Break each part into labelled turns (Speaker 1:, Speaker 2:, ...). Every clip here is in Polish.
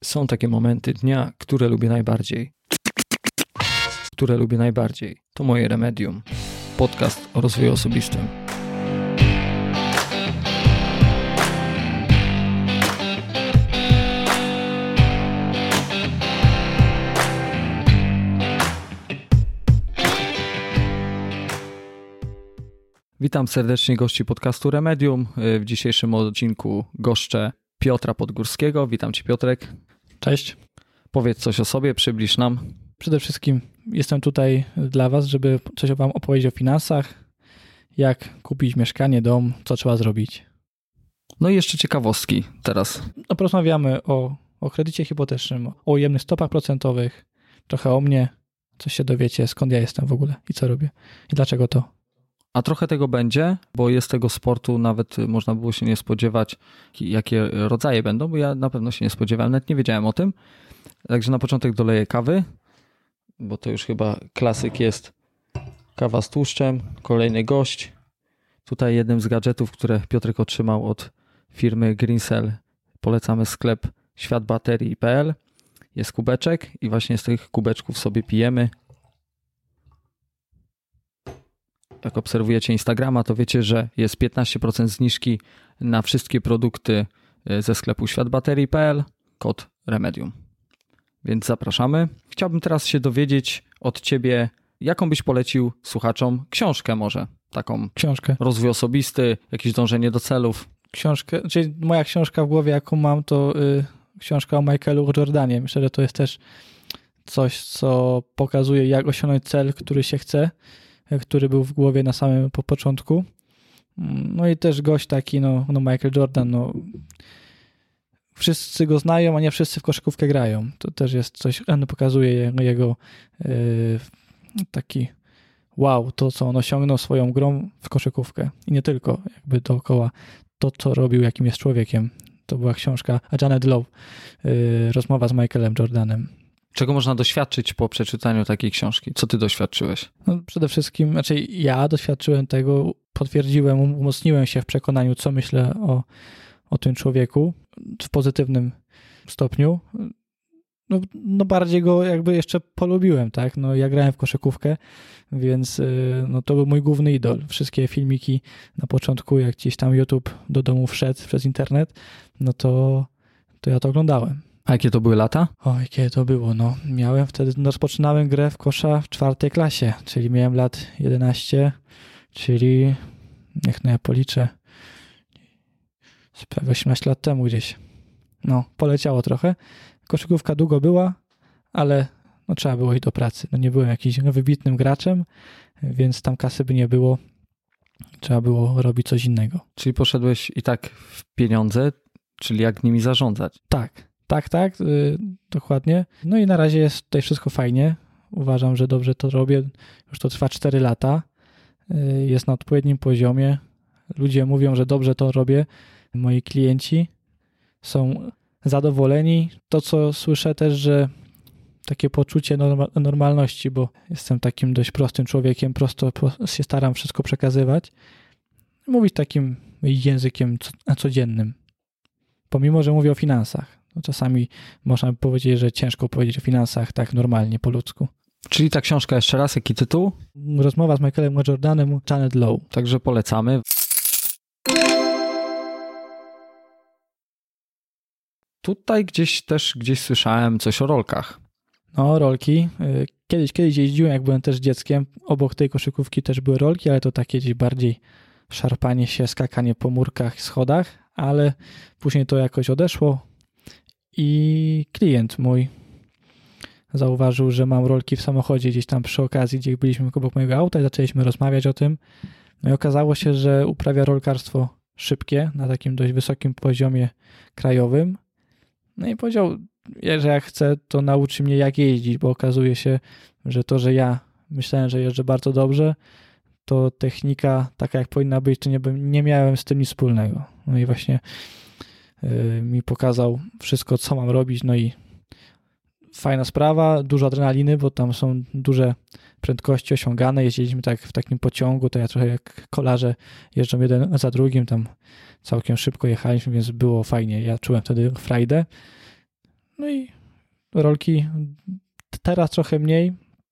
Speaker 1: Są takie momenty dnia, które lubię najbardziej. To moje Remedium. Podcast o rozwoju osobistym. Witam serdecznie gości podcastu Remedium. W dzisiejszym odcinku goszczę Piotra Podgórskiego. Witam Cię, Piotrek.
Speaker 2: Cześć.
Speaker 1: Powiedz coś o sobie, przybliż nam.
Speaker 2: Przede wszystkim jestem tutaj dla Was, żeby coś Wam opowiedzieć o finansach, jak kupić mieszkanie, dom, co trzeba zrobić.
Speaker 1: No i jeszcze ciekawostki teraz.
Speaker 2: No, porozmawiamy o kredycie hipotecznym, o ujemnych stopach procentowych, trochę o mnie, coś się dowiecie, skąd ja jestem w ogóle i co robię i dlaczego to.
Speaker 1: A trochę tego będzie, bo jest tego sportu, nawet można było się nie spodziewać, jakie rodzaje będą, bo ja na pewno się nie spodziewałem, nawet nie wiedziałem o tym. Także na początek doleję kawy, bo to już chyba klasyk jest. Kawa z tłuszczem, kolejny gość. Tutaj jednym z gadżetów, które Piotrek otrzymał od firmy Greencell, polecamy sklep światbaterii.pl. Jest kubeczek i właśnie z tych kubeczków sobie pijemy. Jak obserwujecie Instagrama, to wiecie, że jest 15% zniżki na wszystkie produkty ze sklepu światbaterii.pl, kod Remedium. Więc zapraszamy. Chciałbym teraz się dowiedzieć od Ciebie, jaką byś polecił słuchaczom książkę może, taką rozwój osobisty, jakieś dążenie do celów.
Speaker 2: Książkę, czyli moja książka w głowie, jaką mam, to książka o Michaelu Jordanie. Myślę, że to jest też coś, co pokazuje, jak osiągnąć cel, który się chce, który był w głowie na samym początku. No i też gość taki, no Michael Jordan, wszyscy go znają, a nie wszyscy w koszykówkę grają. To też jest coś, pokazuje jego taki wow, to co on osiągnął swoją grą w koszykówkę. I nie tylko, jakby dookoła to, co robił, jakim jest człowiekiem. To była książka Janet Lowe, rozmowa z Michaelem Jordanem.
Speaker 1: Czego można doświadczyć po przeczytaniu takiej książki? Co ty doświadczyłeś?
Speaker 2: No przede wszystkim, ja doświadczyłem tego, potwierdziłem, umocniłem się w przekonaniu, co myślę o tym człowieku w pozytywnym stopniu. No bardziej go jakby jeszcze polubiłem, tak? No ja grałem w koszykówkę, więc to był mój główny idol. Wszystkie filmiki na początku, jak gdzieś tam YouTube do domu wszedł przez internet, no to ja to oglądałem.
Speaker 1: A jakie to były lata?
Speaker 2: Oj, kiedy to było? Miałem wtedy, rozpoczynałem grę w kosza w 4. klasie, czyli miałem lat 11, czyli niech ja policzę, prawie 18 lat temu gdzieś. Poleciało trochę. Koszykówka długo była, ale trzeba było iść do pracy. Nie byłem jakimś wybitnym graczem, więc tam kasy by nie było. Trzeba było robić coś innego.
Speaker 1: Czyli poszedłeś i tak w pieniądze, czyli jak nimi zarządzać?
Speaker 2: Tak, dokładnie. No i na razie jest tutaj wszystko fajnie. Uważam, że dobrze to robię. Już to trwa 4 lata. Jest na odpowiednim poziomie. Ludzie mówią, że dobrze to robię. Moi klienci są zadowoleni. To, co słyszę też, że takie poczucie normalności, bo jestem takim dość prostym człowiekiem, prosto się staram wszystko przekazywać. Mówić takim językiem codziennym. Pomimo, że mówię o finansach. Czasami można by powiedzieć, że ciężko powiedzieć o finansach tak normalnie, po ludzku.
Speaker 1: Czyli ta książka, jeszcze raz, jaki tytuł?
Speaker 2: Rozmowa z Michaelem Jordanem, Janet Lowe.
Speaker 1: Także polecamy. Tutaj gdzieś słyszałem coś o rolkach.
Speaker 2: Rolki. Kiedyś jeździłem, jak byłem też dzieckiem. Obok tej koszykówki też były rolki, ale to takie gdzieś bardziej szarpanie się, skakanie po murkach, schodach, ale później to jakoś odeszło i klient mój zauważył, że mam rolki w samochodzie gdzieś tam przy okazji, gdzie byliśmy obok mojego auta i zaczęliśmy rozmawiać o tym. No i okazało się, że uprawia rolkarstwo szybkie na takim dość wysokim poziomie krajowym. No i powiedział, że jak chcę, to nauczy mnie jak jeździć, bo okazuje się, że to, że ja myślałem, że jeżdżę bardzo dobrze, to technika taka jak powinna być, to nie miałem z tym nic wspólnego. No i właśnie mi pokazał wszystko, co mam robić, no i fajna sprawa, dużo adrenaliny, bo tam są duże prędkości osiągane. Jeździliśmy tak w takim pociągu, to ja trochę jak kolarze jeżdżą jeden za drugim, tam całkiem szybko jechaliśmy, więc było fajnie. Ja czułem wtedy frajdę. No i rolki teraz trochę mniej.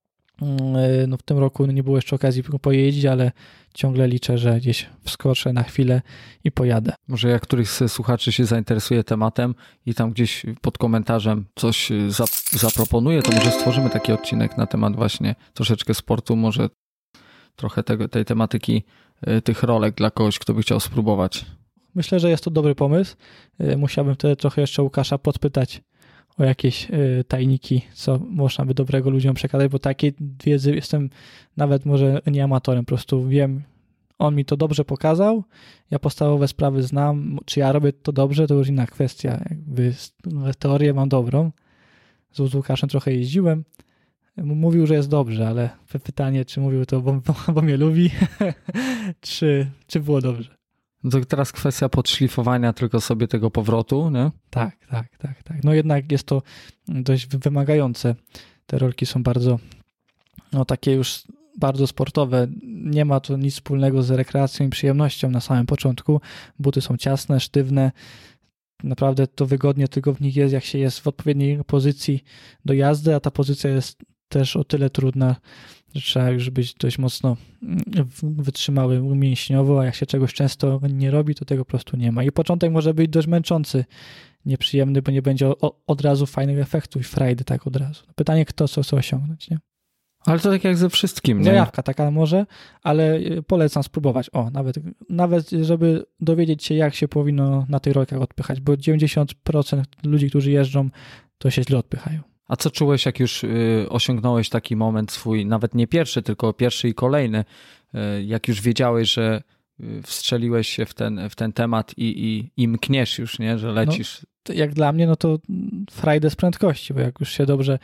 Speaker 2: No w tym roku nie było jeszcze okazji pojeździć, ale ciągle liczę, że gdzieś wskoczę na chwilę i pojadę.
Speaker 1: Może jak któryś z słuchaczy się zainteresuje tematem i tam gdzieś pod komentarzem coś zaproponuje, to może stworzymy taki odcinek na temat właśnie troszeczkę sportu, może trochę tej tematyki tych rolek dla kogoś, kto by chciał spróbować.
Speaker 2: Myślę, że jest to dobry pomysł. Musiałbym wtedy trochę jeszcze Łukasza podpytać o jakieś tajniki, co można by dobrego ludziom przekazać, bo takiej wiedzy jestem nawet może nie amatorem, po prostu wiem, on mi to dobrze pokazał, ja podstawowe sprawy znam, czy ja robię to dobrze, to już inna kwestia, jakby teorię mam dobrą, z Łukaszem trochę jeździłem, mówił, że jest dobrze, ale pytanie, czy mówił to, bo mnie lubi, czy było dobrze.
Speaker 1: No to teraz kwestia podszlifowania tylko sobie tego powrotu, nie?
Speaker 2: Tak. No jednak jest to dość wymagające. Te rolki są bardzo, no takie już bardzo sportowe. Nie ma to nic wspólnego z rekreacją i przyjemnością na samym początku. Buty są ciasne, sztywne. Naprawdę to wygodnie tylko w nich jest, jak się jest w odpowiedniej pozycji do jazdy, a ta pozycja jest też o tyle trudna, że trzeba już być dość mocno wytrzymały mięśniowo, a jak się czegoś często nie robi, to tego po prostu nie ma. I początek może być dość męczący, nieprzyjemny, bo nie będzie od razu fajnych efektów i frajdy tak od razu. Pytanie, kto co chce osiągnąć, nie?
Speaker 1: Ale to tak jak ze wszystkim, nie?
Speaker 2: Zajawka taka może, ale polecam spróbować. Nawet żeby dowiedzieć się, jak się powinno na tych rolkach odpychać, bo 90% ludzi, którzy jeżdżą, to się źle odpychają. A
Speaker 1: co czułeś, jak już osiągnąłeś taki moment swój, nawet nie pierwszy, tylko pierwszy i kolejny, jak już wiedziałeś, że wstrzeliłeś się w ten temat i mkniesz już, nie, że lecisz?
Speaker 2: No, jak dla mnie, no to frajdę z prędkości, bo jak już się dobrze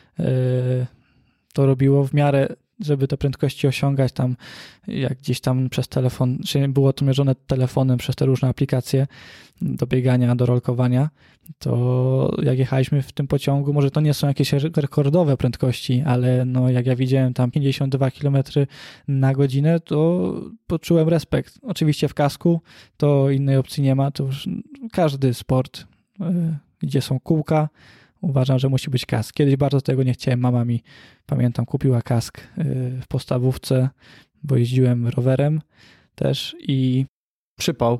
Speaker 2: to robiło w miarę, żeby te prędkości osiągać tam, jak gdzieś tam przez telefon, czy było to mierzone telefonem przez te różne aplikacje do biegania, do rolkowania, to jak jechaliśmy w tym pociągu, może to nie są jakieś rekordowe prędkości, ale no jak ja widziałem tam 52 km na godzinę, to poczułem respekt. Oczywiście w kasku to innej opcji nie ma, to już każdy sport, gdzie są kółka, uważam, że musi być kask. Kiedyś bardzo tego nie chciałem. Mama mi, pamiętam, kupiła kask w podstawówce, bo jeździłem rowerem też i...
Speaker 1: Przypał.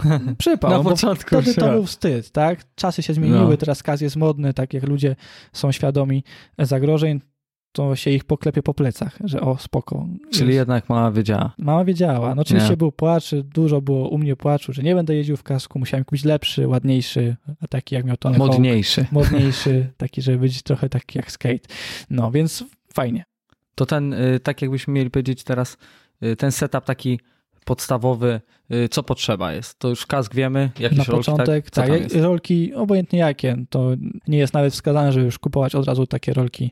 Speaker 2: Na początku. Wtedy to był wstyd, tak? Czasy się zmieniły, Teraz kask jest modny, tak jak ludzie są świadomi zagrożeń, to się ich poklepie po plecach, że o, spoko.
Speaker 1: Czyli jednak mama wiedziała.
Speaker 2: Mama wiedziała. No oczywiście był płacz, dużo było u mnie płaczu, że nie będę jeździł w kasku, musiałem kupić lepszy, ładniejszy, a taki jak miał Tony Hawk. Modniejszy, taki, żeby być trochę taki jak skate. No, więc fajnie.
Speaker 1: To ten, tak jakbyśmy mieli powiedzieć teraz, ten setup taki podstawowy, co potrzeba jest? To już kask wiemy, jakieś
Speaker 2: na początek,
Speaker 1: tak,
Speaker 2: rolki, obojętnie jakie, to nie jest nawet wskazane, żeby już kupować od razu takie rolki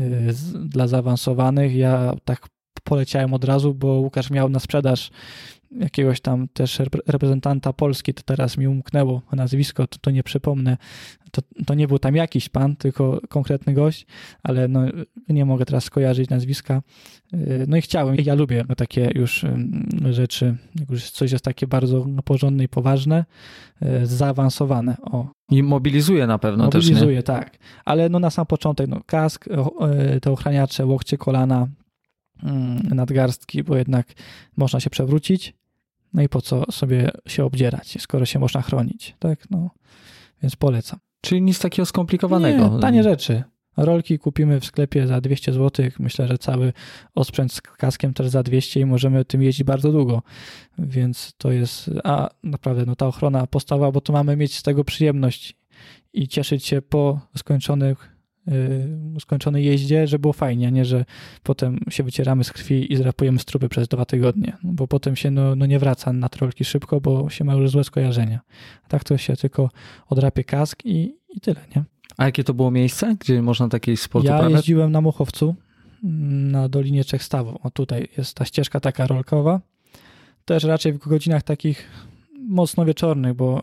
Speaker 2: dla zaawansowanych. Ja tak poleciałem od razu, bo Łukasz miał na sprzedaż jakiegoś tam też reprezentanta Polski, to teraz mi umknęło nazwisko, to nie przypomnę. To nie był tam jakiś pan, tylko konkretny gość, ale no, nie mogę teraz skojarzyć nazwiska. No i chciałem. Ja lubię takie już rzeczy, jak już coś jest takie bardzo porządne i poważne, zaawansowane.
Speaker 1: I mobilizuje na pewno też, nie?
Speaker 2: Mobilizuje, tak. Ale no na sam początek kask, te ochraniacze, łokcie, kolana, nadgarstki, bo jednak można się przewrócić. No i po co sobie się obdzierać, skoro się można chronić, tak? No, więc polecam.
Speaker 1: Czyli nic takiego skomplikowanego.
Speaker 2: Nie, tanie rzeczy. Rolki kupimy w sklepie za 200 zł. Myślę, że cały osprzęt z kaskiem też za 200 i możemy tym jeździć bardzo długo. Więc to jest, a naprawdę no ta ochrona podstawowa, bo to mamy mieć z tego przyjemność i cieszyć się po skończonej jeździe, że było fajnie, a nie, że potem się wycieramy z krwi i zrapujemy struby przez 2 tygodnie, bo potem się nie wraca na te rolki szybko, bo się ma już złe skojarzenia. A tak to się tylko odrapie kask i tyle, nie?
Speaker 1: A jakie to było miejsce, gdzie można taki sport uprawiać?
Speaker 2: Ja jeździłem na Mochowcu, na Dolinie Trzech Stawów. O, tutaj jest ta ścieżka taka rolkowa. Też raczej w godzinach takich mocno wieczornych, bo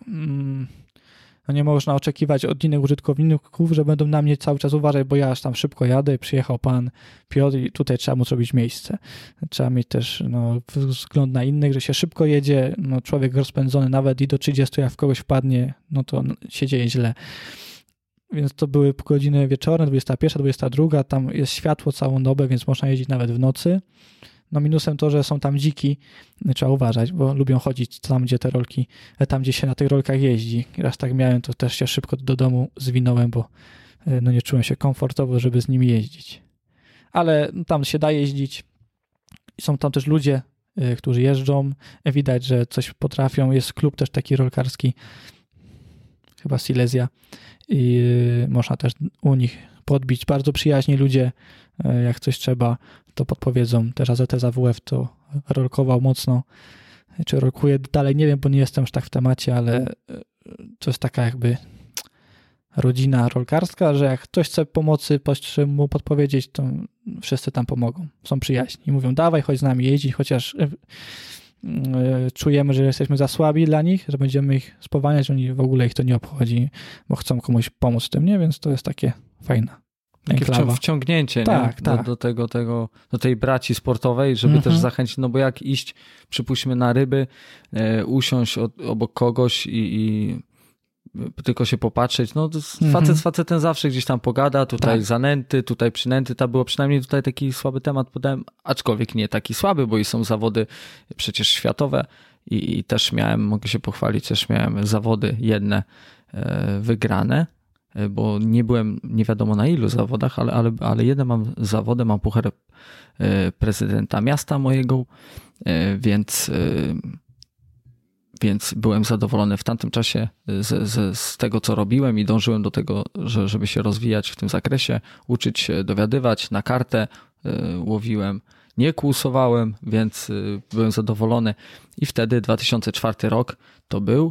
Speaker 2: nie można oczekiwać od innych użytkowników, że będą na mnie cały czas uważać, bo ja aż tam szybko jadę, przyjechał pan Piotr i tutaj trzeba mu zrobić miejsce. Trzeba mieć też wzgląd na innych, że się szybko jedzie, człowiek rozpędzony nawet i do 30 jak w kogoś wpadnie, no to się dzieje źle. więc to były godziny wieczorne, 21, 22, tam jest światło całą dobę, więc można jeździć nawet w nocy. No minusem to, że są tam dziki, trzeba uważać, bo lubią chodzić tam, gdzie te rolki, tam, gdzie się na tych rolkach jeździ. Raz tak miałem, to też się szybko do domu zwinąłem, bo no nie czułem się komfortowo, żeby z nimi jeździć. Ale tam się da jeździć. Są tam też ludzie, którzy jeżdżą. Widać, że coś potrafią. Jest klub też taki rolkarski, chyba Silesia, i można też u nich podbić. Bardzo przyjaźni ludzie, jak coś trzeba, to podpowiedzą. Też AZS AWF to rolkował mocno. Czy rolkuje dalej, nie wiem, bo nie jestem już tak w temacie, ale to jest taka jakby rodzina rolkarska, że jak ktoś chce pomocy, mu podpowiedzieć, to wszyscy tam pomogą. Są przyjaźni i mówią, dawaj, chodź z nami jeździć, chociaż czujemy, że jesteśmy za słabi dla nich, że będziemy ich spowalniać, oni w ogóle ich to nie obchodzi, bo chcą komuś pomóc w tym, nie? Więc to jest takie fajne.
Speaker 1: Takie wciągnięcie
Speaker 2: tak,
Speaker 1: nie?
Speaker 2: Tak.
Speaker 1: Do tej braci sportowej, żeby też zachęcić, no bo jak iść, przypuśćmy na ryby, usiąść obok kogoś i tylko się popatrzeć, no facet z facetem zawsze gdzieś tam pogada, tutaj zanęty, tutaj przynęty, to było przynajmniej tutaj taki słaby temat podałem, aczkolwiek nie taki słaby, bo i są zawody przecież światowe i też mogę się pochwalić, też miałem zawody jedne wygrane, bo nie byłem nie wiadomo na ilu zawodach, ale jedne mam zawody, mam puchar prezydenta miasta mojego, więc byłem zadowolony w tamtym czasie z tego, co robiłem i dążyłem do tego, żeby się rozwijać w tym zakresie, uczyć się, dowiadywać, na kartę łowiłem, nie kłusowałem, więc byłem zadowolony i wtedy 2004 rok to był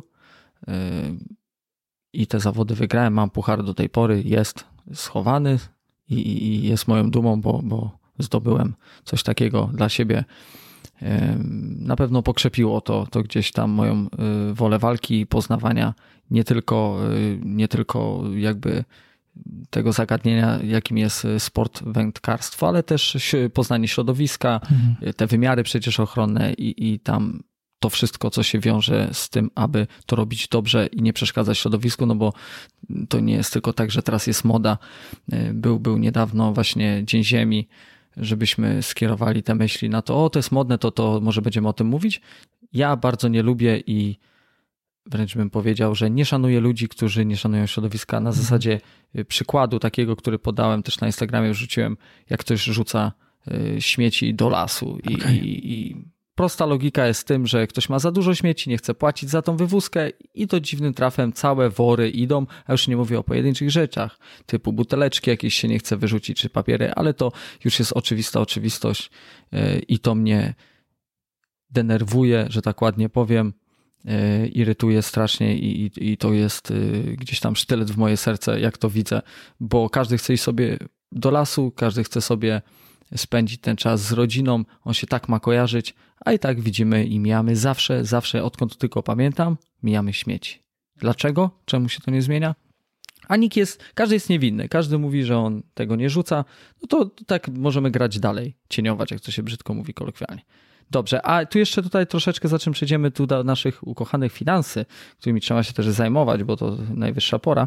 Speaker 1: i te zawody wygrałem, mam puchar do tej pory, jest schowany i jest moją dumą, bo zdobyłem coś takiego dla siebie. Na pewno pokrzepiło to gdzieś tam moją wolę walki i poznawania nie tylko jakby tego zagadnienia, jakim jest sport wędkarstwo, ale też poznanie środowiska, te wymiary przecież ochronne i tam to wszystko, co się wiąże z tym, aby to robić dobrze i nie przeszkadzać środowisku, no bo to nie jest tylko tak, że teraz jest moda. Był niedawno właśnie Dzień Ziemi, żebyśmy skierowali te myśli na to, to jest modne, to może będziemy o tym mówić. Ja bardzo nie lubię i wręcz bym powiedział, że nie szanuję ludzi, którzy nie szanują środowiska. Na zasadzie przykładu takiego, który podałem też na Instagramie, wrzuciłem, jak ktoś rzuca śmieci do lasu i prosta logika jest tym, że ktoś ma za dużo śmieci, nie chce płacić za tą wywózkę i to dziwnym trafem całe wory idą, a już nie mówię o pojedynczych rzeczach, typu buteleczki jakieś się nie chce wyrzucić, czy papiery, ale to już jest oczywista oczywistość i to mnie denerwuje, że tak ładnie powiem, irytuje strasznie i to jest gdzieś tam sztylet w moje serce, jak to widzę, bo każdy chce iść sobie do lasu, każdy chce sobie spędzić ten czas z rodziną, on się tak ma kojarzyć, a i tak widzimy i mijamy zawsze, odkąd tylko pamiętam, mijamy śmieci. Dlaczego? Czemu się to nie zmienia? A każdy jest niewinny, każdy mówi, że on tego nie rzuca, no to tak możemy grać dalej, cieniować, jak to się brzydko mówi kolokwialnie. Dobrze, a tu jeszcze tutaj troszeczkę za czym przejdziemy tu do naszych ukochanych finansy, którymi trzeba się też zajmować, bo to najwyższa pora.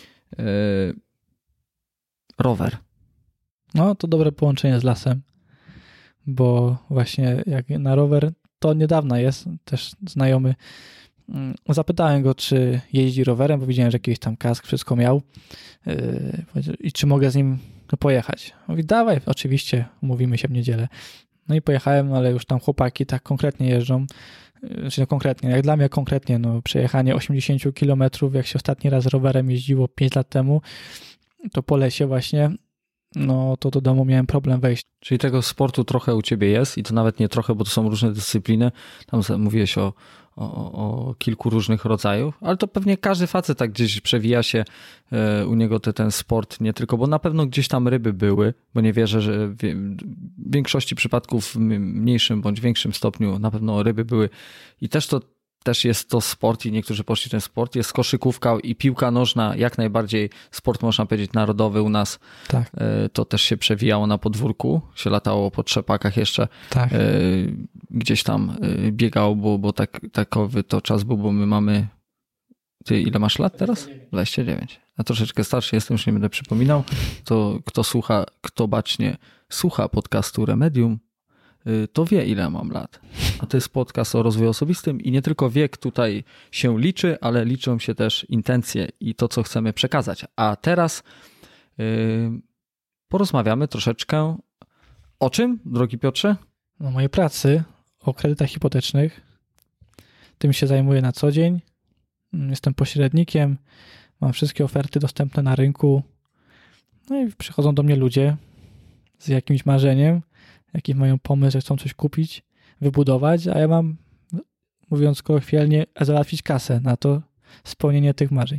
Speaker 1: Rower.
Speaker 2: No, to dobre połączenie z lasem, bo właśnie jak na rower, to niedawno jest, też znajomy, zapytałem go, czy jeździ rowerem, bo widziałem, że jakiś tam kask, wszystko miał i czy mogę z nim pojechać. Mówi, dawaj, oczywiście, umówimy się w niedzielę. No i pojechałem, ale już tam chłopaki tak konkretnie jeżdżą, znaczy konkretnie, jak dla mnie konkretnie, no przejechanie 80 km, jak się ostatni raz rowerem jeździło 5 lat temu, to po lesie właśnie, no to do domu miałem problem wejść.
Speaker 1: Czyli tego sportu trochę u ciebie jest i to nawet nie trochę, bo to są różne dyscypliny. Tam mówiłeś o kilku różnych rodzajów, ale to pewnie każdy facet tak gdzieś przewija się u niego ten sport, nie tylko, bo na pewno gdzieś tam ryby były, bo nie wierzę, że w większości przypadków w mniejszym bądź większym stopniu na pewno ryby były i też jest to sport i niektórzy poszli w ten sport. Jest koszykówka i piłka nożna, jak najbardziej sport, można powiedzieć, narodowy u nas.
Speaker 2: Tak.
Speaker 1: To też się przewijało na podwórku, się latało po trzepakach jeszcze.
Speaker 2: Tak.
Speaker 1: Gdzieś tam biegało, bo takowy to czas był, bo my mamy Ty ile masz lat teraz? 29. A troszeczkę starszy jestem, już nie będę przypominał. To kto bacznie słucha podcastu Remedium, to wie, ile mam lat. A to jest podcast o rozwoju osobistym i nie tylko wiek tutaj się liczy, ale liczą się też intencje i to, co chcemy przekazać. A teraz porozmawiamy troszeczkę o czym, drogi Piotrze?
Speaker 2: O mojej pracy, o kredytach hipotecznych. Tym się zajmuję na co dzień. Jestem pośrednikiem, mam wszystkie oferty dostępne na rynku. No i przychodzą do mnie ludzie z jakimś marzeniem, jaki mają pomysł, że chcą coś kupić, wybudować, a ja mam, mówiąc kolokwialnie, załatwić kasę na to spełnienie tych marzeń.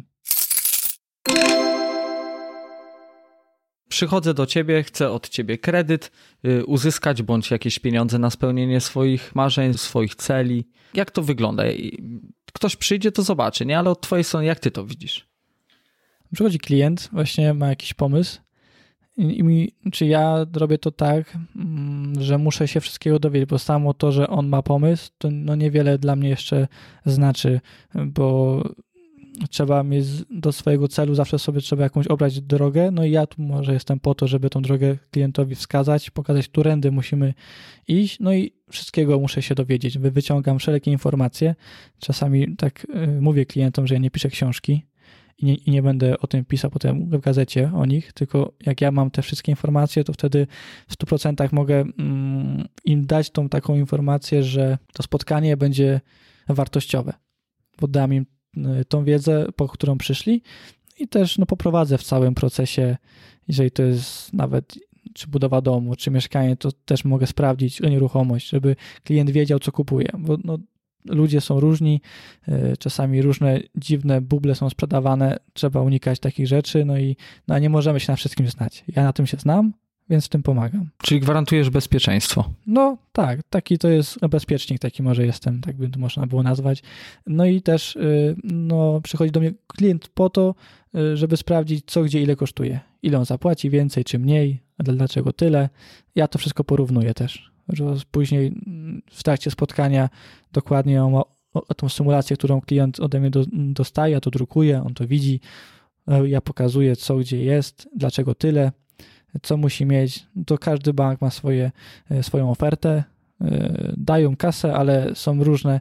Speaker 1: Przychodzę do ciebie, chcę od ciebie kredyt uzyskać bądź jakieś pieniądze na spełnienie swoich marzeń, swoich celi. Jak to wygląda? Ktoś przyjdzie, to zobaczy, nie? Ale od twojej strony, jak ty to widzisz?
Speaker 2: Przychodzi klient, właśnie ma jakiś pomysł czy ja robię to tak, że muszę się wszystkiego dowiedzieć, bo samo to, że on ma pomysł, to niewiele dla mnie jeszcze znaczy, bo trzeba mieć do swojego celu, zawsze sobie trzeba jakąś obrać drogę, no i ja tu może jestem po to, żeby tą drogę klientowi wskazać, pokazać, którędy musimy iść, no i wszystkiego muszę się dowiedzieć. Wyciągam wszelkie informacje, czasami tak mówię klientom, że ja nie piszę książki i nie będę o tym pisał potem w gazecie o nich, tylko jak ja mam te wszystkie informacje, to wtedy w 100% mogę im dać tą taką informację, że to spotkanie będzie wartościowe, bo dam im tą wiedzę, po którą przyszli i też poprowadzę w całym procesie, jeżeli to jest nawet czy budowa domu, czy mieszkanie, to też mogę sprawdzić nieruchomość, żeby klient wiedział, co kupuje, bo ludzie są różni, czasami różne dziwne buble są sprzedawane, trzeba unikać takich rzeczy, no nie możemy się na wszystkim znać. Ja na tym się znam, więc w tym pomagam.
Speaker 1: Czyli gwarantujesz bezpieczeństwo?
Speaker 2: No tak, taki to jest bezpiecznik, taki może jestem, tak by to można było nazwać. No i też przychodzi do mnie klient po to, żeby sprawdzić, co, gdzie, ile kosztuje. Ile on zapłaci, więcej czy mniej, a dlaczego tyle. Ja to wszystko porównuję też. Później w trakcie spotkania dokładnie o tą symulację, którą klient ode mnie dostaje, ja to drukuję, on to widzi, ja pokazuję, co, gdzie jest, dlaczego tyle, co musi mieć. To każdy bank ma swoją ofertę, dają kasę, ale są różne,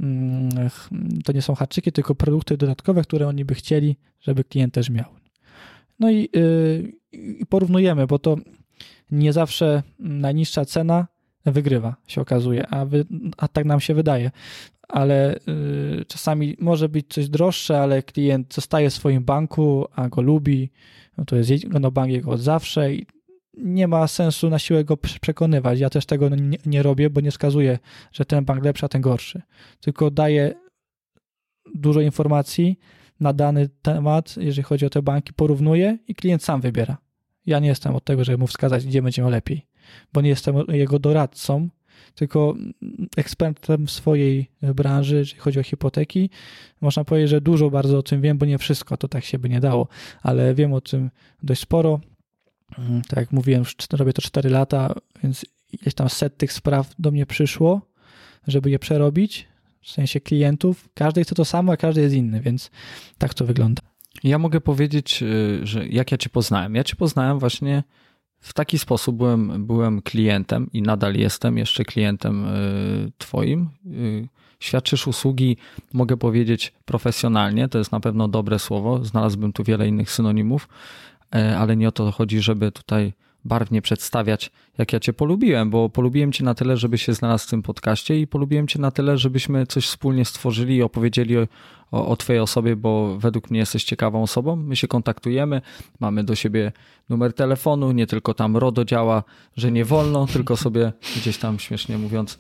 Speaker 2: to nie są haczyki, tylko produkty dodatkowe, które oni by chcieli, żeby klient też miał. No i porównujemy, bo to nie zawsze najniższa cena wygrywa, się okazuje, a tak nam się wydaje, ale czasami może być coś droższe, ale klient zostaje w swoim banku, a go lubi, to jest bank jego od zawsze i nie ma sensu na siłę go przekonywać. Ja też tego nie robię, bo nie wskazuję, że ten bank lepszy, a ten gorszy, tylko daję dużo informacji na dany temat, jeżeli chodzi o te banki, porównuję i klient sam wybiera. Ja nie jestem od tego, żeby mu wskazać, gdzie będzie miał lepiej, bo nie jestem jego doradcą, tylko ekspertem w swojej branży, jeżeli chodzi o hipoteki. Można powiedzieć, że dużo bardzo o tym wiem, bo nie wszystko, to tak się by nie dało, ale wiem o tym dość sporo. Tak jak mówiłem, już robię to 4 lata, więc ileś tam set tych spraw do mnie przyszło, żeby je przerobić, w sensie klientów. Każdy chce to samo, a każdy jest inny, więc tak to wygląda.
Speaker 1: Ja mogę powiedzieć, że jak ja cię poznałem. Ja cię poznałem właśnie w taki sposób, byłem klientem i nadal jestem jeszcze klientem twoim. Świadczysz usługi, mogę powiedzieć, profesjonalnie, to jest na pewno dobre słowo, znalazłbym tu wiele innych synonimów, ale nie o to chodzi, żeby tutaj barwnie przedstawiać, jak ja cię polubiłem, bo polubiłem cię na tyle, żeby się znalazł w tym podcaście i polubiłem cię na tyle, żebyśmy coś wspólnie stworzyli i opowiedzieli o twojej osobie, bo według mnie jesteś ciekawą osobą. My się kontaktujemy, mamy do siebie numer telefonu, nie tylko tam RODO działa, że nie wolno, tylko sobie gdzieś tam śmiesznie mówiąc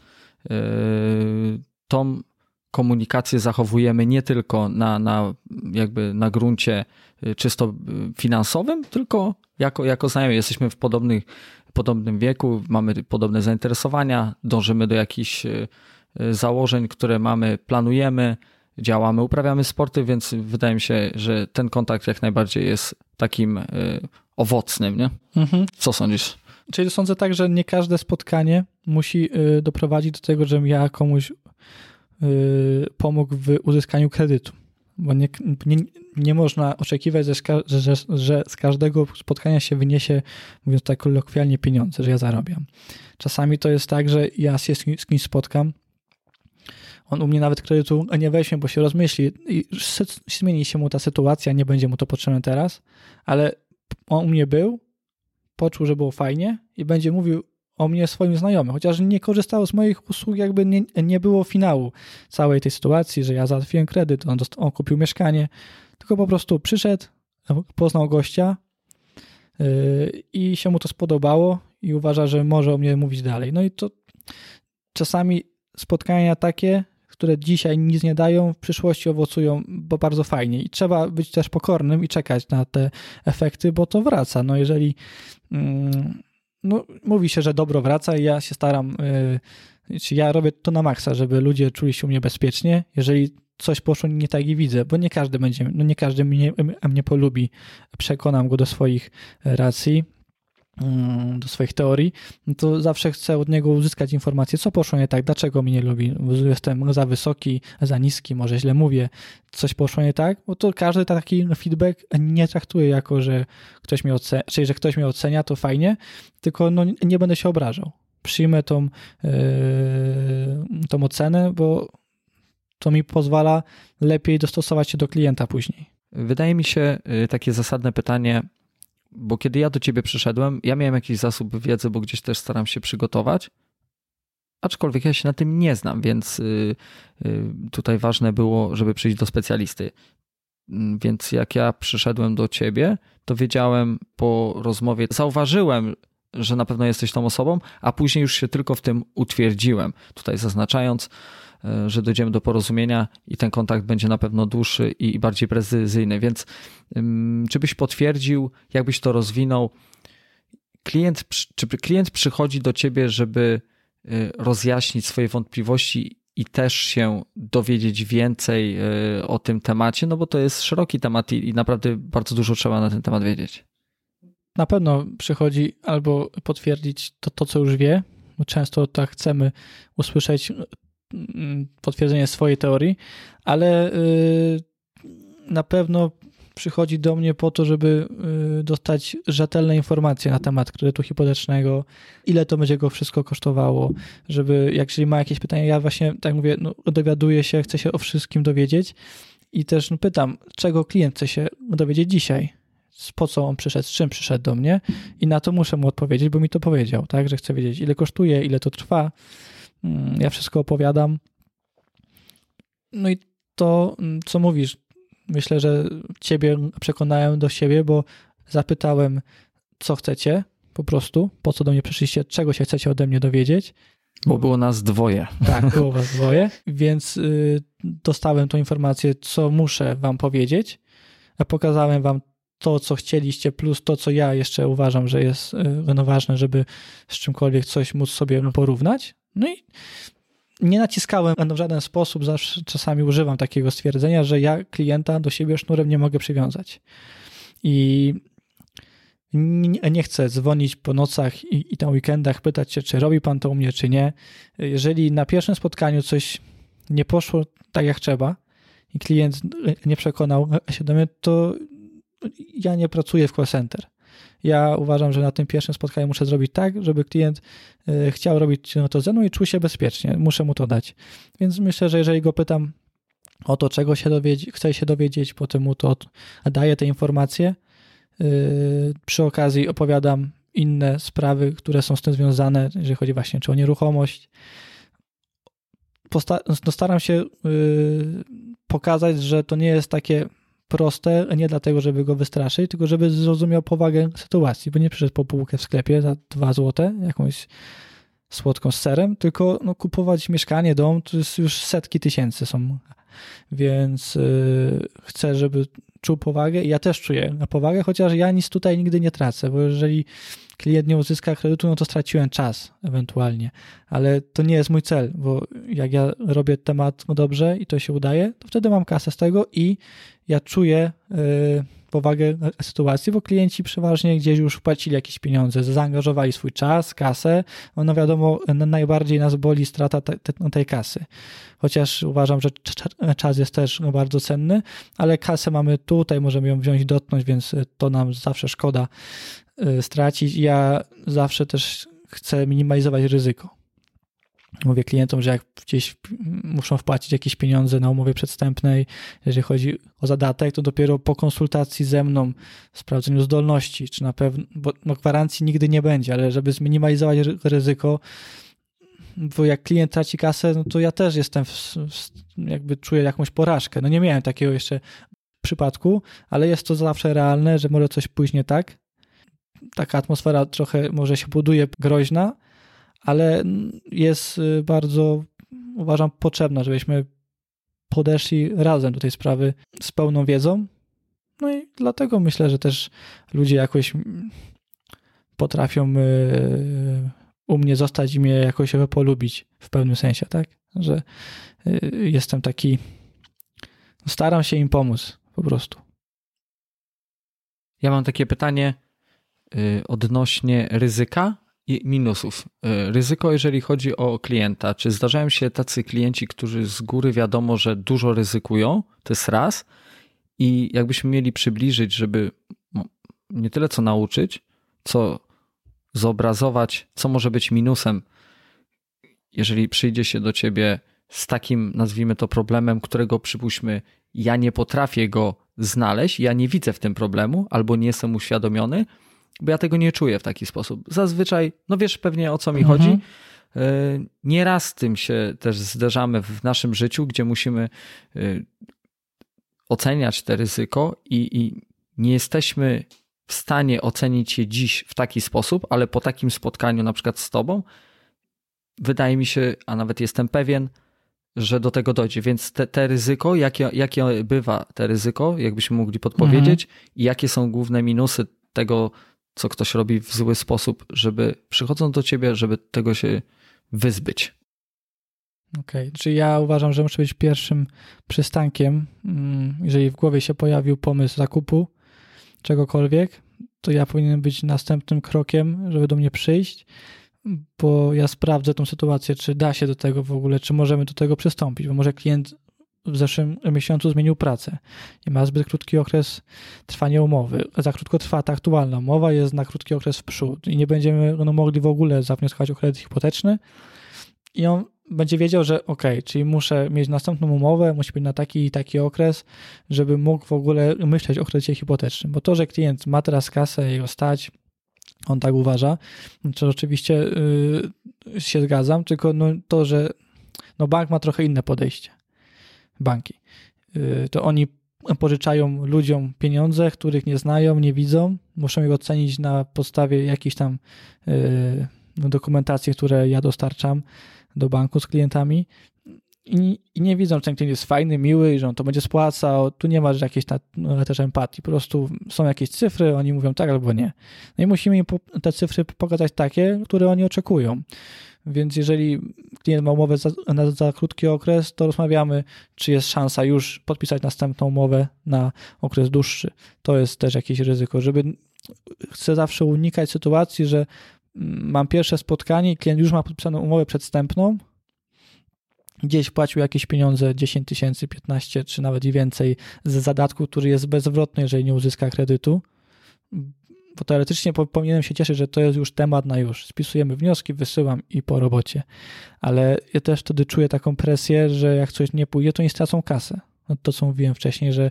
Speaker 1: tą komunikację zachowujemy nie tylko na gruncie czysto finansowym, tylko jako znajomi. Jesteśmy w podobnym wieku, mamy podobne zainteresowania, dążymy do jakichś założeń, które mamy, planujemy, działamy, uprawiamy sporty, więc wydaje mi się, że ten kontakt jak najbardziej jest takim owocnym, nie? Mhm. Co sądzisz?
Speaker 2: Czyli sądzę tak, że nie każde spotkanie musi doprowadzić do tego, żebym ja komuś pomógł w uzyskaniu kredytu. bo nie można oczekiwać, że z każdego spotkania się wyniesie, mówiąc tak kolokwialnie, pieniądze, że ja zarabiam. Czasami to jest tak, że ja się z kimś spotkam, on u mnie nawet kredytu nie weźmie, bo się rozmyśli i zmieni się mu ta sytuacja, nie będzie mu to potrzebne teraz, ale on u mnie był, poczuł, że było fajnie i będzie mówił o mnie swoim znajomym, chociaż nie korzystał z moich usług, jakby nie było finału całej tej sytuacji, że ja załatwiłem kredyt, on kupił mieszkanie, tylko po prostu przyszedł, poznał gościa i się mu to spodobało i uważa, że może o mnie mówić dalej. No i to czasami spotkania takie, które dzisiaj nic nie dają, w przyszłości owocują, bo bardzo fajnie i trzeba być też pokornym i czekać na te efekty, bo to wraca. No jeżeli mówi się, że dobro wraca i ja się staram, ja robię to na maksa, żeby ludzie czuli się u mnie bezpiecznie, jeżeli coś poszło nie tak i widzę, bo nie każdy mnie polubi, przekonam go do swoich racji, do swoich teorii, no to zawsze chcę od niego uzyskać informację, co poszło nie tak, dlaczego mnie nie lubi, jestem za wysoki, za niski, może źle mówię, coś poszło nie tak, bo to każdy taki feedback nie traktuje jako, że ktoś mnie ocenia, czyli że ktoś mnie ocenia, to fajnie, tylko nie będę się obrażał. Przyjmę tą ocenę, bo to mi pozwala lepiej dostosować się do klienta później.
Speaker 1: Wydaje mi się takie zasadne pytanie, bo kiedy ja do ciebie przyszedłem, ja miałem jakiś zasób wiedzy, bo gdzieś też staram się przygotować, aczkolwiek ja się na tym nie znam, więc tutaj ważne było, żeby przyjść do specjalisty. Więc jak ja przyszedłem do ciebie, to wiedziałem po rozmowie, zauważyłem, że na pewno jesteś tą osobą, a później już się tylko w tym utwierdziłem. Tutaj zaznaczając, że dojdziemy do porozumienia i ten kontakt będzie na pewno dłuższy i bardziej precyzyjny. Więc czy byś potwierdził, jakbyś to rozwinął? Czy klient przychodzi do ciebie, żeby rozjaśnić swoje wątpliwości i też się dowiedzieć więcej o tym temacie? No bo to jest szeroki temat i naprawdę bardzo dużo trzeba na ten temat wiedzieć.
Speaker 2: Na pewno przychodzi albo potwierdzić to, co już wie, bo często tak chcemy usłyszeć potwierdzenie swojej teorii, ale na pewno przychodzi do mnie po to, żeby dostać rzetelne informacje na temat kredytu hipotecznego, ile to będzie go wszystko kosztowało, żeby, jeżeli ma jakieś pytania, ja właśnie, tak mówię, dowiaduję się, chcę się o wszystkim dowiedzieć i też pytam, czego klient chce się dowiedzieć dzisiaj, po co on przyszedł, z czym przyszedł do mnie i na to muszę mu odpowiedzieć, bo mi to powiedział, tak, że chcę wiedzieć, ile kosztuje, ile to trwa. Ja wszystko opowiadam. No i to, co mówisz, myślę, że ciebie przekonałem do siebie, bo zapytałem, co chcecie, po prostu, po co do mnie przyszliście, czego się chcecie ode mnie dowiedzieć.
Speaker 1: Bo było nas dwoje.
Speaker 2: Tak, było was dwoje, więc dostałem tą informację, co muszę wam powiedzieć. Pokazałem wam to, co chcieliście, plus to, co ja jeszcze uważam, że jest ważne, żeby z czymkolwiek coś móc sobie porównać. No i nie naciskałem w żaden sposób, zawsze czasami używam takiego stwierdzenia, że ja klienta do siebie sznurem nie mogę przywiązać. I nie chcę dzwonić po nocach i na weekendach, pytać się, czy robi pan to u mnie, czy nie. Jeżeli na pierwszym spotkaniu coś nie poszło tak, jak trzeba i klient nie przekonał się do mnie, to ja nie pracuję w call center. Ja uważam, że na tym pierwszym spotkaniu muszę zrobić tak, żeby klient chciał robić to ze mną i czuł się bezpiecznie. Muszę mu to dać. Więc myślę, że jeżeli go pytam o to, czego chce się dowiedzieć, potem mu to daję te informacje. Przy okazji opowiadam inne sprawy, które są z tym związane, jeżeli chodzi właśnie czy o nieruchomość. Staram się pokazać, że to nie jest takie proste, nie dlatego, żeby go wystraszyć, tylko żeby zrozumiał powagę sytuacji, bo nie przyszedł po bułkę w sklepie za 2 złote, jakąś słodką z serem, tylko kupować mieszkanie, dom, to jest już setki tysięcy są. Więc chcę, żeby czuł powagę i ja też czuję powagę, chociaż ja nic tutaj nigdy nie tracę, bo jeżeli klient nie uzyska kredytu, no to straciłem czas ewentualnie, ale to nie jest mój cel, bo jak ja robię temat dobrze i to się udaje, to wtedy mam kasę z tego i ja czuję powagę sytuacji, bo klienci przeważnie gdzieś już wpłacili jakieś pieniądze, zaangażowali swój czas, kasę. No wiadomo, najbardziej nas boli strata tej kasy. Chociaż uważam, że czas jest też bardzo cenny, ale kasę mamy tutaj, możemy ją wziąć i dotknąć, więc to nam zawsze szkoda stracić. Ja zawsze też chcę minimalizować ryzyko. Mówię klientom, że jak gdzieś muszą wpłacić jakieś pieniądze na umowie przedwstępnej, jeżeli chodzi o zadatek, to dopiero po konsultacji ze mną, sprawdzeniu zdolności, czy na pewno, bo gwarancji nigdy nie będzie, ale żeby zminimalizować ryzyko, bo jak klient traci kasę, no to ja też jestem, jakby czuję jakąś porażkę. No nie miałem takiego jeszcze przypadku, ale jest to zawsze realne, że może coś pójść nie tak. Taka atmosfera trochę może się buduje groźna, ale jest bardzo, uważam, potrzebna, żebyśmy podeszli razem do tej sprawy z pełną wiedzą. No i dlatego myślę, że też ludzie jakoś potrafią u mnie zostać i mnie jakoś polubić w pewnym sensie, tak? Że jestem taki, staram się im pomóc po prostu.
Speaker 1: Ja mam takie pytanie odnośnie ryzyka i minusów. Ryzyko, jeżeli chodzi o klienta. Czy zdarzają się tacy klienci, którzy z góry wiadomo, że dużo ryzykują? To jest raz. I jakbyśmy mieli przybliżyć, żeby nie tyle co nauczyć, co zobrazować, co może być minusem, jeżeli przyjdzie się do ciebie z takim, nazwijmy to, problemem, którego przypuśćmy, ja nie potrafię go znaleźć, ja nie widzę w tym problemu, albo nie jestem uświadomiony, bo ja tego nie czuję w taki sposób. Zazwyczaj, no wiesz pewnie o co mi chodzi, nieraz z tym się też zderzamy w naszym życiu, gdzie musimy oceniać te ryzyko i nie jesteśmy w stanie ocenić je dziś w taki sposób, ale po takim spotkaniu na przykład z tobą wydaje mi się, a nawet jestem pewien, że do tego dojdzie. Więc te ryzyko, jakie bywa te ryzyko, jakbyśmy mogli podpowiedzieć i jakie są główne minusy tego, co ktoś robi w zły sposób, żeby przychodząc do ciebie, żeby tego się wyzbyć.
Speaker 2: Okej, czyli ja uważam, że muszę być pierwszym przystankiem, jeżeli w głowie się pojawił pomysł zakupu czegokolwiek, to ja powinienem być następnym krokiem, żeby do mnie przyjść, bo ja sprawdzę tą sytuację, czy da się do tego w ogóle, czy możemy do tego przystąpić, bo może klient w zeszłym miesiącu zmienił pracę i ma zbyt krótki okres trwania umowy. Za krótko trwa ta aktualna umowa, jest na krótki okres w przód i nie będziemy mogli w ogóle zawnioskować o kredyt hipoteczny i on będzie wiedział, że czyli muszę mieć następną umowę, musi być na taki i taki okres, żeby mógł w ogóle myśleć o kredycie hipotecznym, bo to, że klient ma teraz kasę, jego stać, on tak uważa, to oczywiście się zgadzam, tylko to, że bank ma trochę inne podejście. Banki. To oni pożyczają ludziom pieniądze, których nie znają, nie widzą, muszą ich ocenić na podstawie jakiejś tam dokumentacji, które ja dostarczam do banku z klientami i nie widzą, czy ten klient jest fajny, miły i że on to będzie spłacał. Tu nie ma jakiejś też empatii. Po prostu są jakieś cyfry, oni mówią tak albo nie. No i musimy im te cyfry pokazać takie, które oni oczekują. Więc jeżeli klient ma umowę za krótki okres, to rozmawiamy, czy jest szansa już podpisać następną umowę na okres dłuższy. To jest też jakieś ryzyko, chcę zawsze unikać sytuacji, że mam pierwsze spotkanie i klient już ma podpisaną umowę przedwstępną, gdzieś płacił jakieś pieniądze, 10 tysięcy, 15 czy nawet i więcej z zadatku, który jest bezzwrotny, jeżeli nie uzyska kredytu, bo teoretycznie powinienem się cieszyć, że to jest już temat na już. Spisujemy wnioski, wysyłam i po robocie. Ale ja też wtedy czuję taką presję, że jak coś nie pójdzie, to nie stracą kasę. No to, co mówiłem wcześniej, że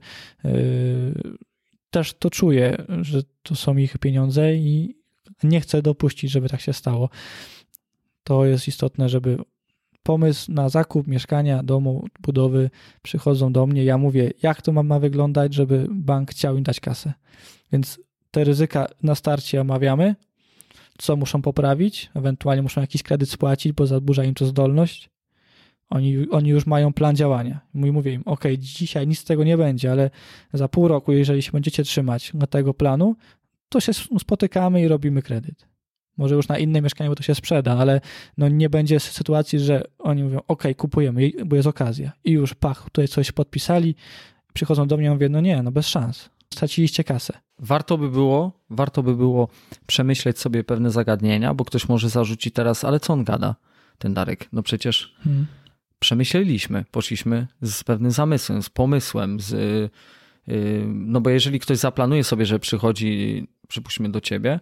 Speaker 2: też to czuję, że to są ich pieniądze i nie chcę dopuścić, żeby tak się stało. To jest istotne, żeby pomysł na zakup mieszkania, domu, budowy przychodzą do mnie. Ja mówię, jak to ma wyglądać, żeby bank chciał im dać kasę. Więc te ryzyka na starcie omawiamy, co muszą poprawić, ewentualnie muszą jakiś kredyt spłacić, bo zaburza im to zdolność. Oni już mają plan działania. Mówię im, dzisiaj nic z tego nie będzie, ale za pół roku, jeżeli się będziecie trzymać na tego planu, to się spotykamy i robimy kredyt. Może już na inne mieszkanie, bo to się sprzeda, ale nie będzie sytuacji, że oni mówią, kupujemy, bo jest okazja. I już tutaj coś podpisali, przychodzą do mnie i mówię, bez szans. straciliście kasę.
Speaker 1: Warto by było przemyśleć sobie pewne zagadnienia, bo ktoś może zarzucić teraz, ale co on gada, ten Darek? No przecież przemyśleliśmy, poszliśmy z pewnym zamysłem, z pomysłem, no bo jeżeli ktoś zaplanuje sobie, że przychodzi, przypuśćmy do ciebie,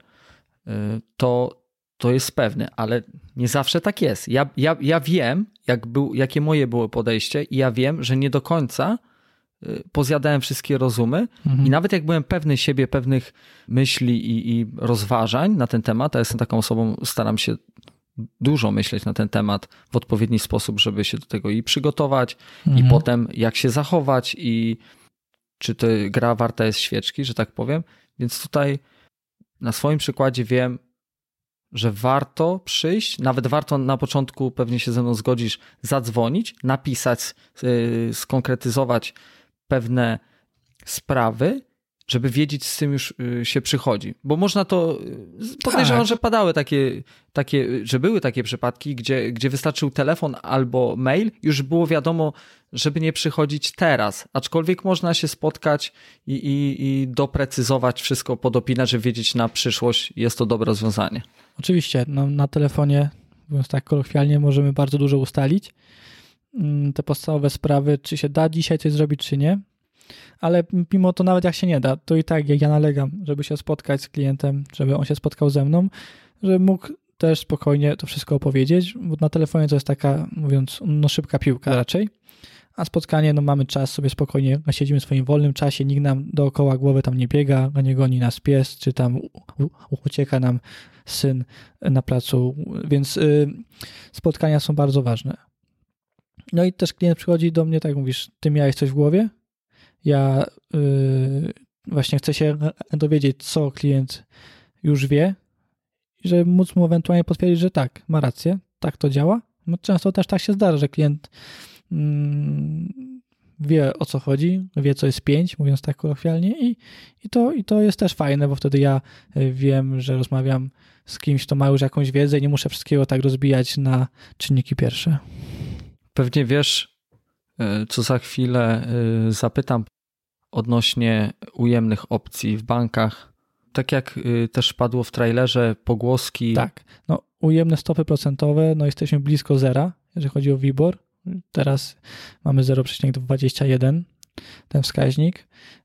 Speaker 1: to jest pewne, ale nie zawsze tak jest. Ja wiem, jakie moje było podejście i ja wiem, że nie do końca pozjadałem wszystkie rozumy i nawet jak byłem pewny siebie, pewnych myśli i rozważań na ten temat, a jestem taką osobą, staram się dużo myśleć na ten temat w odpowiedni sposób, żeby się do tego i przygotować i potem jak się zachować i czy to gra warta jest świeczki, że tak powiem. Więc tutaj na swoim przykładzie wiem, że warto przyjść, nawet warto na początku, pewnie się ze mną zgodzisz, zadzwonić, napisać, skonkretyzować pewne sprawy, żeby wiedzieć, z czym już się przychodzi. Bo można to, podejrzewam, że padały że były takie przypadki, gdzie wystarczył telefon albo mail, już było wiadomo, żeby nie przychodzić teraz. Aczkolwiek można się spotkać i doprecyzować wszystko, podopinać, żeby wiedzieć na przyszłość, jest to dobre rozwiązanie.
Speaker 2: Oczywiście, no, na telefonie, mówiąc tak kolokwialnie, możemy bardzo dużo ustalić. Te podstawowe sprawy, czy się da dzisiaj coś zrobić, czy nie. Ale mimo to nawet jak się nie da, to i tak ja nalegam, żeby się spotkać z klientem, żeby on się spotkał ze mną, żeby mógł też spokojnie to wszystko opowiedzieć, bo na telefonie to jest taka, mówiąc, no szybka piłka raczej, a spotkanie, no mamy czas sobie spokojnie, siedzimy w swoim wolnym czasie, nikt nam dookoła głowy tam nie biega, nie goni nas pies, czy tam ucieka nam syn na placu, więc spotkania są bardzo ważne. No i też klient przychodzi do mnie, tak mówisz, ty miałeś coś w głowie? Ja właśnie chcę się dowiedzieć, co klient już wie, żeby móc mu ewentualnie potwierdzić, że tak, ma rację, tak to działa. No często też tak się zdarza, że klient wie, o co chodzi, wie, co jest 5, mówiąc tak kolokwialnie i to jest też fajne, bo wtedy ja wiem, że rozmawiam z kimś, kto ma już jakąś wiedzę i nie muszę wszystkiego tak rozbijać na czynniki pierwsze.
Speaker 1: Pewnie wiesz, co za chwilę zapytam odnośnie ujemnych opcji w bankach. Tak jak też padło w trailerze, pogłoski.
Speaker 2: Tak, no ujemne stopy procentowe, no jesteśmy blisko zera, jeżeli chodzi o WIBOR. Teraz mamy 0,21 ten wskaźnik,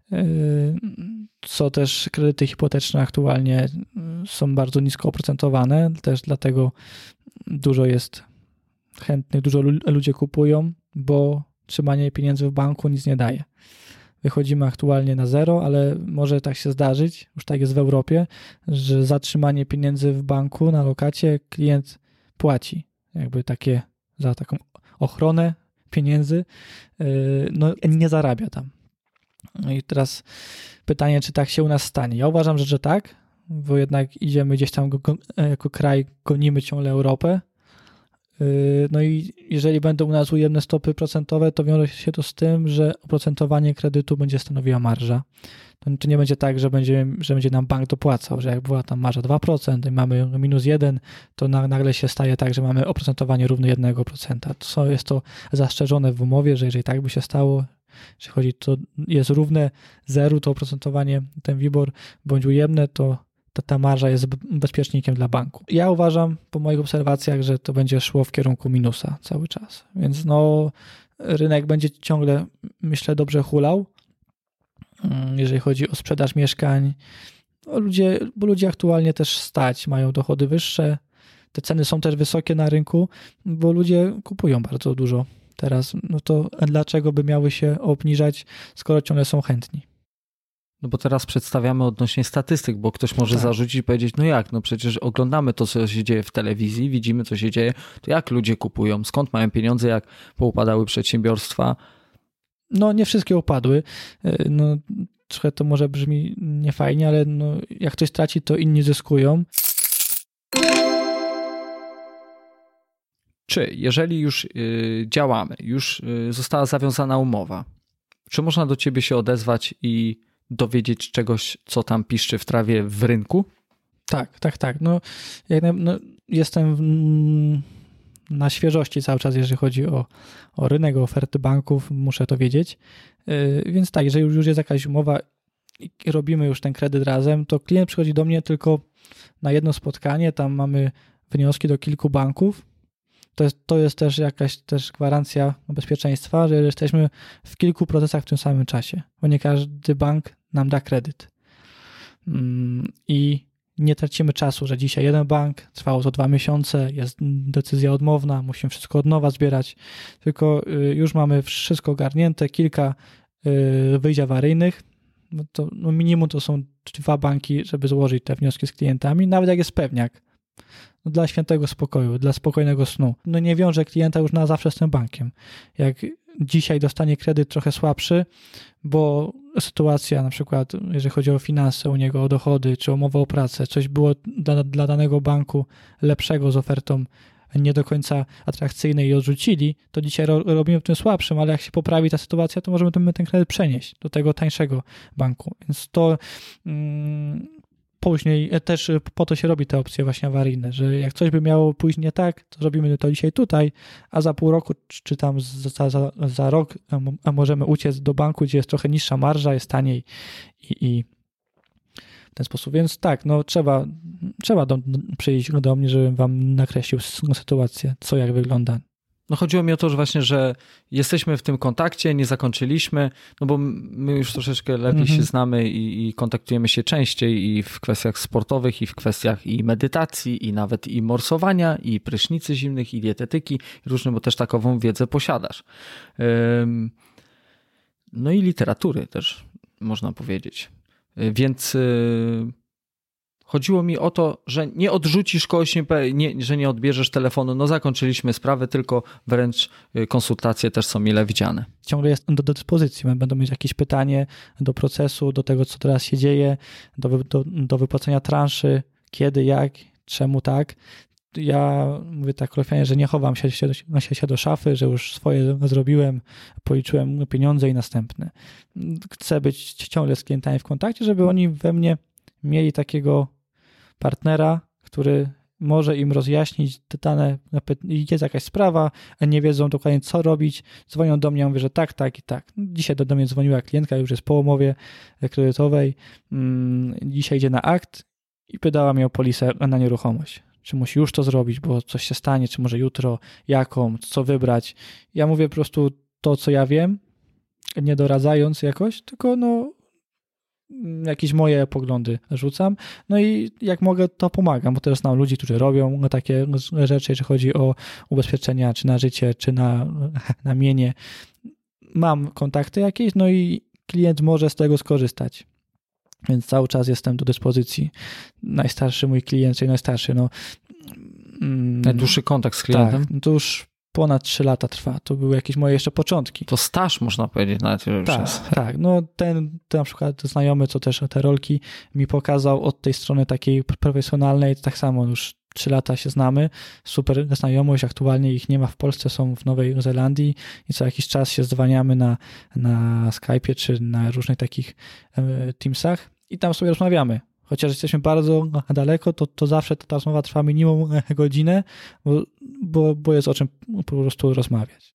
Speaker 2: co też kredyty hipoteczne aktualnie są bardzo nisko oprocentowane, też dlatego dużo jest chętnych, dużo ludzie kupują, bo trzymanie pieniędzy w banku nic nie daje. Wychodzimy aktualnie na zero, ale może tak się zdarzyć, już tak jest w Europie, że za trzymanie pieniędzy w banku na lokacie klient płaci jakby za taką ochronę pieniędzy, no nie zarabia tam. No i teraz pytanie, czy tak się u nas stanie. Ja uważam, że tak, bo jednak idziemy gdzieś tam jako kraj, gonimy ciągle Europę. No i jeżeli będą u nas ujemne stopy procentowe, to wiąże się to z tym, że oprocentowanie kredytu będzie stanowiła marża. To nie będzie tak, że będzie nam bank dopłacał, że jak była tam marża 2% i mamy -1, to nagle się staje tak, że mamy oprocentowanie równe 1%. Jest to zastrzeżone w umowie, że jeżeli tak by się stało, jeśli to jest równe 0, to oprocentowanie, ten WIBOR bądź ujemne, to ta marża jest bezpiecznikiem dla banku. Ja uważam po moich obserwacjach, że to będzie szło w kierunku minusa cały czas. Więc no rynek będzie ciągle, myślę, dobrze hulał, jeżeli chodzi o sprzedaż mieszkań. Bo ludzie aktualnie też stać, mają dochody wyższe. Te ceny są też wysokie na rynku, bo ludzie kupują bardzo dużo teraz. No to dlaczego by miały się obniżać, skoro ciągle są chętni?
Speaker 1: No bo teraz przedstawiamy odnośnie statystyk, bo ktoś może zarzucić i powiedzieć, no jak, no przecież oglądamy to, co się dzieje w telewizji, widzimy, co się dzieje, to jak ludzie kupują, skąd mają pieniądze, jak poupadały przedsiębiorstwa?
Speaker 2: No nie wszystkie upadły, no trochę to może brzmi niefajnie, ale no, jak ktoś traci, to inni zyskują.
Speaker 1: Czy jeżeli już działamy, już została zawiązana umowa, czy można do ciebie się odezwać i dowiedzieć czegoś, co tam piszczy w trawie w rynku?
Speaker 2: Tak. No jestem na świeżości cały czas, jeżeli chodzi o rynek, o oferty banków, muszę to wiedzieć. Więc tak, jeżeli już jest jakaś umowa i robimy już ten kredyt razem, to klient przychodzi do mnie tylko na jedno spotkanie, tam mamy wnioski do kilku banków. To jest też jakaś też gwarancja bezpieczeństwa, że jesteśmy w kilku procesach w tym samym czasie, bo nie każdy bank nam da kredyt. I nie tracimy czasu, że dzisiaj jeden bank, trwało to 2 miesiące, jest decyzja odmowna, musimy wszystko od nowa zbierać, tylko już mamy wszystko ogarnięte, kilka wyjść awaryjnych, minimum to są 2 banki, żeby złożyć te wnioski z klientami, nawet jak jest pewniak. Dla świętego spokoju, dla spokojnego snu. Nie wiąże klienta już na zawsze z tym bankiem. Jak dzisiaj dostanie kredyt trochę słabszy, bo sytuacja na przykład, jeżeli chodzi o finanse u niego, o dochody, czy umowę o pracę, coś było dla danego banku lepszego z ofertą nie do końca atrakcyjnej i odrzucili, to dzisiaj robimy w tym słabszym, ale jak się poprawi ta sytuacja, to możemy ten kredyt przenieść do tego tańszego banku. Więc to później też po to się robi te opcje właśnie awaryjne, że jak coś by miało pójść nie tak, to zrobimy to dzisiaj tutaj, a za pół roku czy tam za rok możemy uciec do banku, gdzie jest trochę niższa marża, jest taniej i w ten sposób. Więc tak, trzeba przyjść do mnie, żebym wam nakreślił sytuację, co jak wygląda.
Speaker 1: Chodziło mi o to, że właśnie, że jesteśmy w tym kontakcie, nie zakończyliśmy, bo my już troszeczkę lepiej się znamy i kontaktujemy się częściej i w kwestiach sportowych, i w kwestiach i medytacji, i nawet i morsowania, i prysznicy zimnych, i dietetyki, różne, bo też takową wiedzę posiadasz. I literatury też, można powiedzieć. Więc chodziło mi o to, że nie odrzucisz kogoś, że nie odbierzesz telefonu. Zakończyliśmy sprawę, tylko wręcz konsultacje też są mile widziane.
Speaker 2: Ciągle jest do dyspozycji. Będą mieć jakieś pytanie do procesu, do tego, co teraz się dzieje, do wypłacenia transzy, kiedy, jak, czemu tak. Ja mówię tak kolokwialnie, że nie chowam się do szafy, że już swoje zrobiłem, policzyłem pieniądze i następne. Chcę być ciągle z klientami w kontakcie, żeby oni we mnie mieli takiego partnera, który może im rozjaśnić te dane, jest jakaś sprawa, a nie wiedzą dokładnie co robić, dzwonią do mnie, ja mówię, że tak, tak i tak. Dzisiaj do mnie dzwoniła klientka, już jest po umowie kredytowej, dzisiaj idzie na akt i pytała mnie o polisę na nieruchomość. Czy musi już to zrobić, bo coś się stanie, czy może jutro, jaką, co wybrać. Ja mówię po prostu to, co ja wiem, nie doradzając jakoś, tylko jakieś moje poglądy rzucam. I jak mogę, to pomagam, bo też znam ludzi, którzy robią takie rzeczy, jeżeli chodzi o ubezpieczenia, czy na życie, czy na mienie. Mam kontakty jakieś, i klient może z tego skorzystać. Więc cały czas jestem do dyspozycji. Najstarszy mój klient, czyli najstarszy,
Speaker 1: najdłuższy kontakt z klientem?
Speaker 2: Tak, to już ponad 3 lata trwa. To były jakieś moje jeszcze początki.
Speaker 1: To staż, można powiedzieć, nawet.
Speaker 2: Tak. Ten na przykład znajomy, co też te rolki mi pokazał od tej strony takiej profesjonalnej, tak samo już 3 lata się znamy, super znajomość, aktualnie ich nie ma w Polsce, są w Nowej Zelandii i co jakiś czas się dzwaniamy na Skype'ie czy na różnych takich Teamsach i tam sobie rozmawiamy. Chociaż jesteśmy bardzo daleko, to zawsze ta rozmowa trwa minimum godzinę, bo jest o czym po prostu rozmawiać.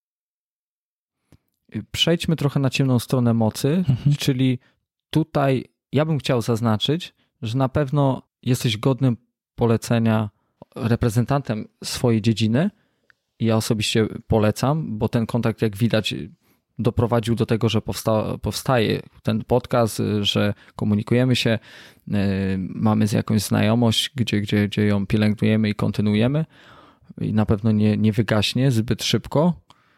Speaker 1: Przejdźmy trochę na ciemną stronę mocy, czyli tutaj ja bym chciał zaznaczyć, że na pewno jesteś godnym polecenia reprezentantem swojej dziedziny i ja osobiście polecam, bo ten kontakt, jak widać, doprowadził do tego, że powstaje ten podcast, że komunikujemy się, mamy jakąś znajomość, gdzie ją pielęgnujemy i kontynuujemy i na pewno nie wygaśnie zbyt szybko.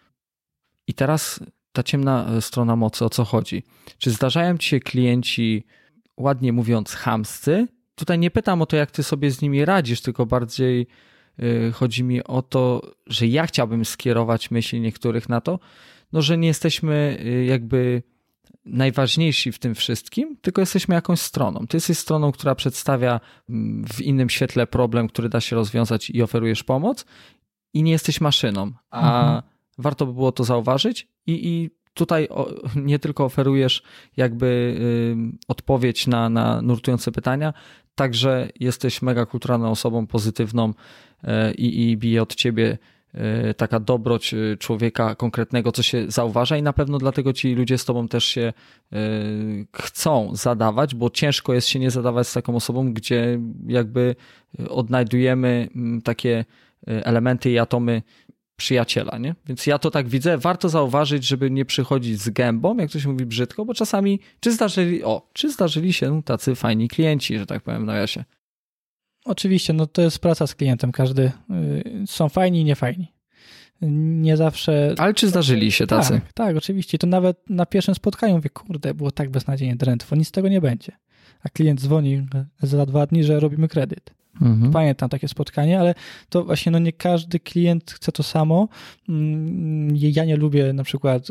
Speaker 1: I teraz ta ciemna strona mocy, o co chodzi? Czy zdarzają ci się klienci, ładnie mówiąc, chamscy? Tutaj nie pytam o to, jak ty sobie z nimi radzisz, tylko bardziej chodzi mi o to, że ja chciałbym skierować myśli niektórych na to, że nie jesteśmy jakby najważniejsi w tym wszystkim, tylko jesteśmy jakąś stroną. Ty jesteś stroną, która przedstawia w innym świetle problem, który da się rozwiązać i oferujesz pomoc i nie jesteś maszyną, a warto by było to zauważyć i tutaj nie tylko oferujesz jakby odpowiedź na nurtujące pytania, także jesteś mega kulturalną osobą, pozytywną i bije od ciebie taka dobroć człowieka konkretnego, co się zauważa i na pewno dlatego ci ludzie z tobą też się chcą zadawać, bo ciężko jest się nie zadawać z taką osobą, gdzie jakby odnajdujemy takie elementy i atomy przyjaciela, nie? Więc ja to tak widzę. Warto zauważyć, żeby nie przychodzić z gębą, jak ktoś mówi brzydko, bo czasami czy zdarzyli się tacy fajni klienci, że tak powiem w nawiasie.
Speaker 2: Oczywiście, no to jest praca z klientem. Każdy są fajni i niefajni. Nie zawsze...
Speaker 1: Ale czy zdarzyli się tacy?
Speaker 2: Tak, oczywiście. To nawet na pierwszym spotkaniu mówię, kurde, było tak beznadziejnie drętwo, nic z tego nie będzie. A klient dzwoni za 2 dni, że robimy kredyt. Pamiętam takie spotkanie, ale to właśnie no nie każdy klient chce to samo. Ja nie lubię na przykład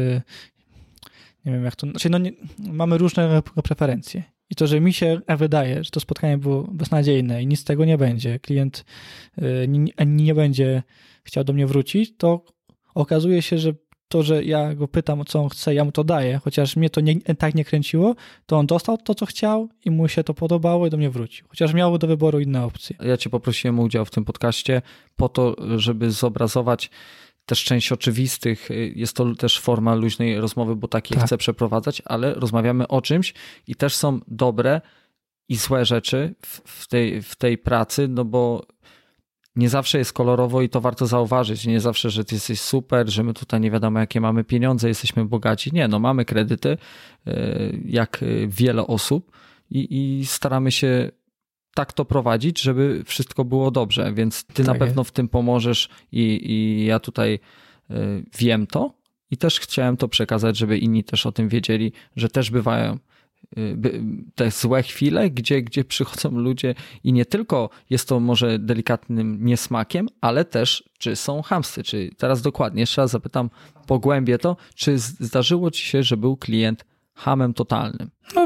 Speaker 2: nie wiem jak to... Znaczy mamy różne preferencje. I to, że mi się wydaje, że to spotkanie było beznadziejne i nic z tego nie będzie, klient nie będzie chciał do mnie wrócić, to okazuje się, że to, że ja go pytam, co on chce, ja mu to daję, chociaż mnie to tak nie kręciło, to on dostał to, co chciał i mu się to podobało i do mnie wrócił. Chociaż miał do wyboru inne opcje.
Speaker 1: Ja cię poprosiłem o udział w tym podcaście po to, żeby zobrazować też część oczywistych, jest to też forma luźnej rozmowy, bo takiej chcę przeprowadzać, ale rozmawiamy o czymś i też są dobre i złe rzeczy w tej pracy, no bo nie zawsze jest kolorowo i to warto zauważyć. Nie zawsze, że ty jesteś super, że my tutaj nie wiadomo jakie mamy pieniądze, jesteśmy bogaci. Nie, no mamy kredyty, jak wiele osób i staramy się tak to prowadzić, żeby wszystko było dobrze, więc ty na pewno w tym pomożesz i ja tutaj wiem to i też chciałem to przekazać, żeby inni też o tym wiedzieli, że też bywają te złe chwile, gdzie przychodzą ludzie i nie tylko jest to może delikatnym niesmakiem, ale też czy są chamscy, czy teraz dokładnie, jeszcze raz zapytam, pogłębię to, czy zdarzyło ci się, że był klient chamem totalnym?
Speaker 2: No,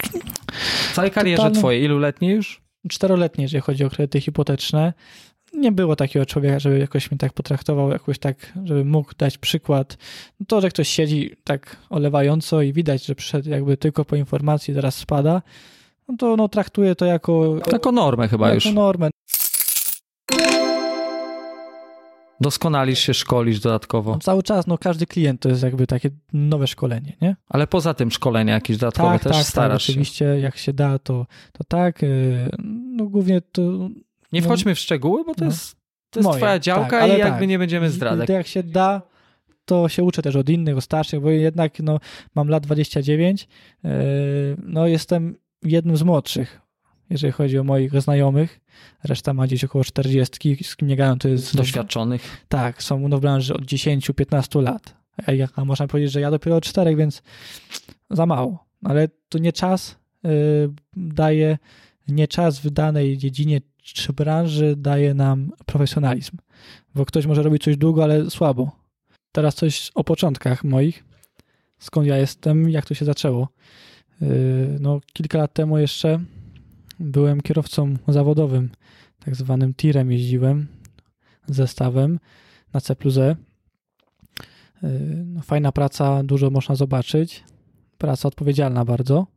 Speaker 1: w całej karierze twojej, iluletniej już?
Speaker 2: 4-letniej, jeżeli chodzi o kredyty hipoteczne. Nie było takiego człowieka, żeby jakoś mnie tak potraktował, jakoś tak, żeby mógł dać przykład. To, że ktoś siedzi tak olewająco i widać, że przyszedł jakby tylko po informacji, zaraz spada, no to traktuję to jako
Speaker 1: normę chyba już.
Speaker 2: Jako normę.
Speaker 1: Doskonalisz się, szkolisz dodatkowo.
Speaker 2: No, cały czas, każdy klient to jest jakby takie nowe szkolenie, nie?
Speaker 1: Ale poza tym szkolenia jakieś dodatkowe też starasz się?
Speaker 2: Oczywiście, jak się da, to tak. No głównie to...
Speaker 1: Nie wchodźmy w szczegóły, bo to jest twoja działka i jakby nie będziemy zdradzać.
Speaker 2: Jak się da, to się uczę też od innych, od starszych, bo jednak mam lat 29, jestem jednym z młodszych, jeżeli chodzi o moich znajomych. Reszta ma gdzieś około 40, z kim nie gadam, to jest...
Speaker 1: Doświadczonych.
Speaker 2: Tak, są w branży od 10-15 lat. A można powiedzieć, że ja dopiero od 4, więc za mało. Ale to nie czas daje, nie czas w danej dziedzinie czy branży daje nam profesjonalizm. Bo ktoś może robić coś długo, ale słabo. Teraz coś o początkach moich. Skąd ja jestem, jak to się zaczęło. Kilka lat temu jeszcze byłem kierowcą zawodowym, tak zwanym tirem jeździłem, zestawem na C+E. Fajna praca, dużo można zobaczyć. Praca odpowiedzialna bardzo,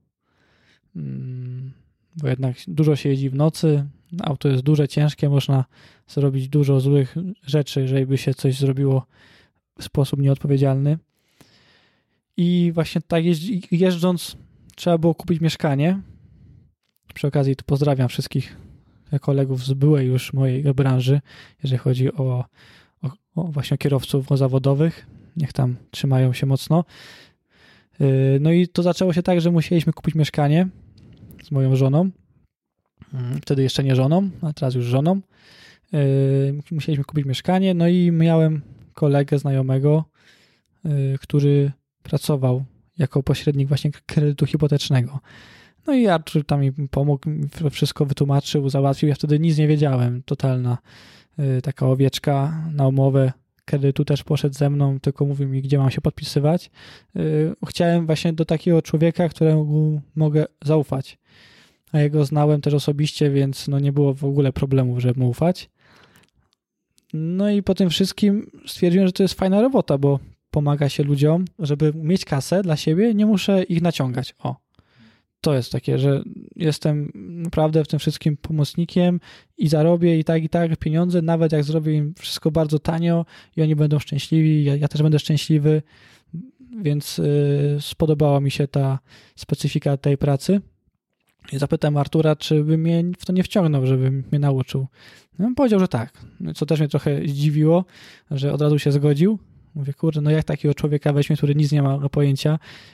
Speaker 2: bo jednak dużo się jeździ w nocy, auto jest duże, ciężkie, można zrobić dużo złych rzeczy, jeżeli by się coś zrobiło w sposób nieodpowiedzialny. I właśnie tak jeżdżąc trzeba było kupić mieszkanie. Przy okazji tu pozdrawiam wszystkich kolegów z byłej już mojej branży, jeżeli chodzi o właśnie kierowców zawodowych. Niech tam trzymają się mocno. No i to zaczęło się tak, że musieliśmy kupić mieszkanie z moją żoną. Wtedy jeszcze nie żoną, a teraz już żoną. Musieliśmy kupić mieszkanie, no i miałem kolegę znajomego, który pracował jako pośrednik właśnie kredytu hipotecznego. No i Artur tam mi pomógł, wszystko wytłumaczył, załatwił. Ja wtedy nic nie wiedziałem. Totalna taka owieczka na umowę kredytu też poszedł ze mną, tylko mówił mi, gdzie mam się podpisywać. Chciałem właśnie do takiego człowieka, któremu mogę zaufać. A ja go znałem też osobiście, więc nie było w ogóle problemu, żeby mu ufać. No i po tym wszystkim stwierdziłem, że to jest fajna robota, bo pomaga się ludziom, żeby mieć kasę dla siebie, nie muszę ich naciągać. to jest takie, że jestem naprawdę w tym wszystkim pomocnikiem i zarobię i tak pieniądze, nawet jak zrobię im wszystko bardzo tanio i oni będą szczęśliwi, ja też będę szczęśliwy, więc spodobała mi się ta specyfika tej pracy. I zapytałem Artura, czy by mnie w to nie wciągnął, żeby mnie nauczył. No, on powiedział, że tak, co też mnie trochę zdziwiło, że od razu się zgodził. Mówię, kurde, no jak takiego człowieka weźmie, który nic nie ma pojęcia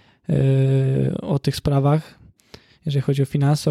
Speaker 2: o tych sprawach, jeżeli chodzi o finanse,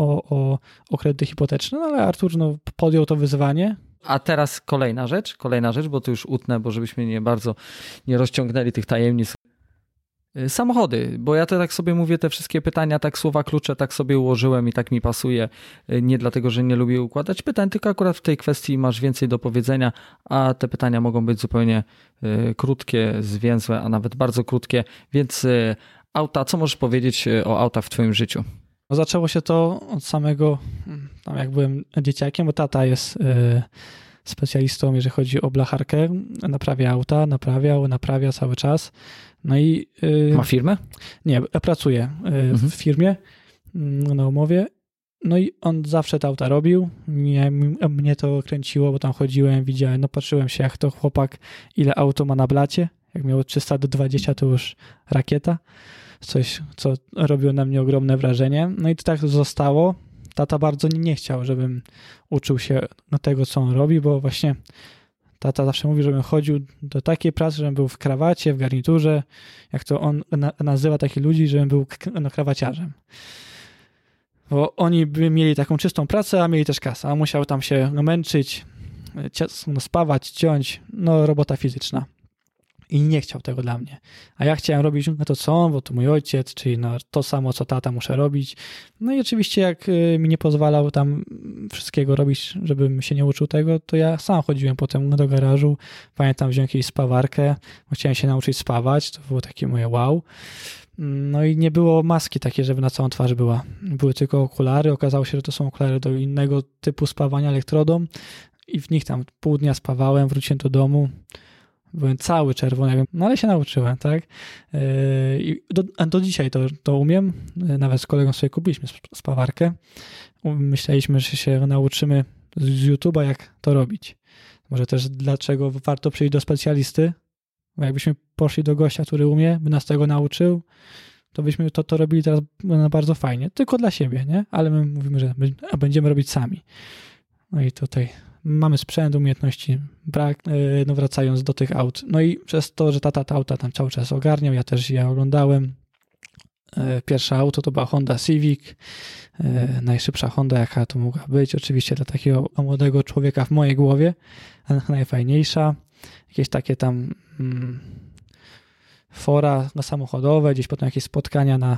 Speaker 2: o kredyty hipoteczne, no ale Artur podjął to wyzwanie.
Speaker 1: A teraz kolejna rzecz, bo to już utnę, bo żebyśmy nie rozciągnęli tych tajemnic. Samochody, bo ja to tak sobie mówię, te wszystkie pytania, tak słowa klucze, tak sobie ułożyłem i tak mi pasuje. Nie dlatego, że nie lubię układać pytań, tylko akurat w tej kwestii masz więcej do powiedzenia, a te pytania mogą być zupełnie krótkie, zwięzłe, a nawet bardzo krótkie. Więc auta, co możesz powiedzieć o autach w twoim życiu?
Speaker 2: Zaczęło się to od samego, tam jak byłem dzieciakiem, bo tata jest specjalistą, jeżeli chodzi o blacharkę, naprawia auta, naprawia cały czas. No i
Speaker 1: ma firmę?
Speaker 2: Nie, pracuje w firmie na umowie. No i on zawsze te auta robił. Mnie to kręciło, bo tam chodziłem, widziałem, patrzyłem się, jak to chłopak, ile auto ma na blacie. Jak miało 320, to już rakieta. Coś, co robiło na mnie ogromne wrażenie. No i to tak zostało. Tata bardzo nie chciał, żebym uczył się tego, co on robi, bo właśnie tata zawsze mówi, żebym chodził do takiej pracy, żebym był w krawacie, w garniturze, jak to on nazywa takich ludzi, żebym był krawaciarzem. Bo oni by mieli taką czystą pracę, a mieli też kasę, a musiał tam się męczyć, spawać, ciąć, robota fizyczna. I nie chciał tego dla mnie. A ja chciałem robić to co on, bo to mój ojciec, czyli to samo, co tata muszę robić. No i oczywiście jak mi nie pozwalał tam wszystkiego robić, żebym się nie uczył tego, to ja sam chodziłem potem do garażu. Pamiętam, wziąłem jakąś spawarkę, bo chciałem się nauczyć spawać. To było takie moje wow. No i nie było maski takiej, żeby na całą twarz była. Były tylko okulary. Okazało się, że to są okulary do innego typu spawania elektrodą i w nich tam pół dnia spawałem, wróciłem do domu. Byłem cały czerwony, ale się nauczyłem, tak? I do dzisiaj to umiem. Nawet z kolegą sobie kupiliśmy spawarkę. Myśleliśmy, że się nauczymy z YouTube'a, jak to robić. Może też dlaczego warto przyjść do specjalisty. Bo jakbyśmy poszli do gościa, który umie, by nas tego nauczył, to byśmy to robili teraz bardzo fajnie. Tylko dla siebie, nie? Ale my mówimy, że będziemy robić sami. No i tutaj mamy sprzęt, umiejętności, brak, wracając do tych aut. No i przez to, że tata te auta tam cały czas ogarniał, ja też je oglądałem. Pierwsze auto to była Honda Civic, najszybsza Honda, jaka to mogła być, oczywiście dla takiego młodego człowieka w mojej głowie, najfajniejsza. Jakieś takie tam fora samochodowe, gdzieś potem jakieś spotkania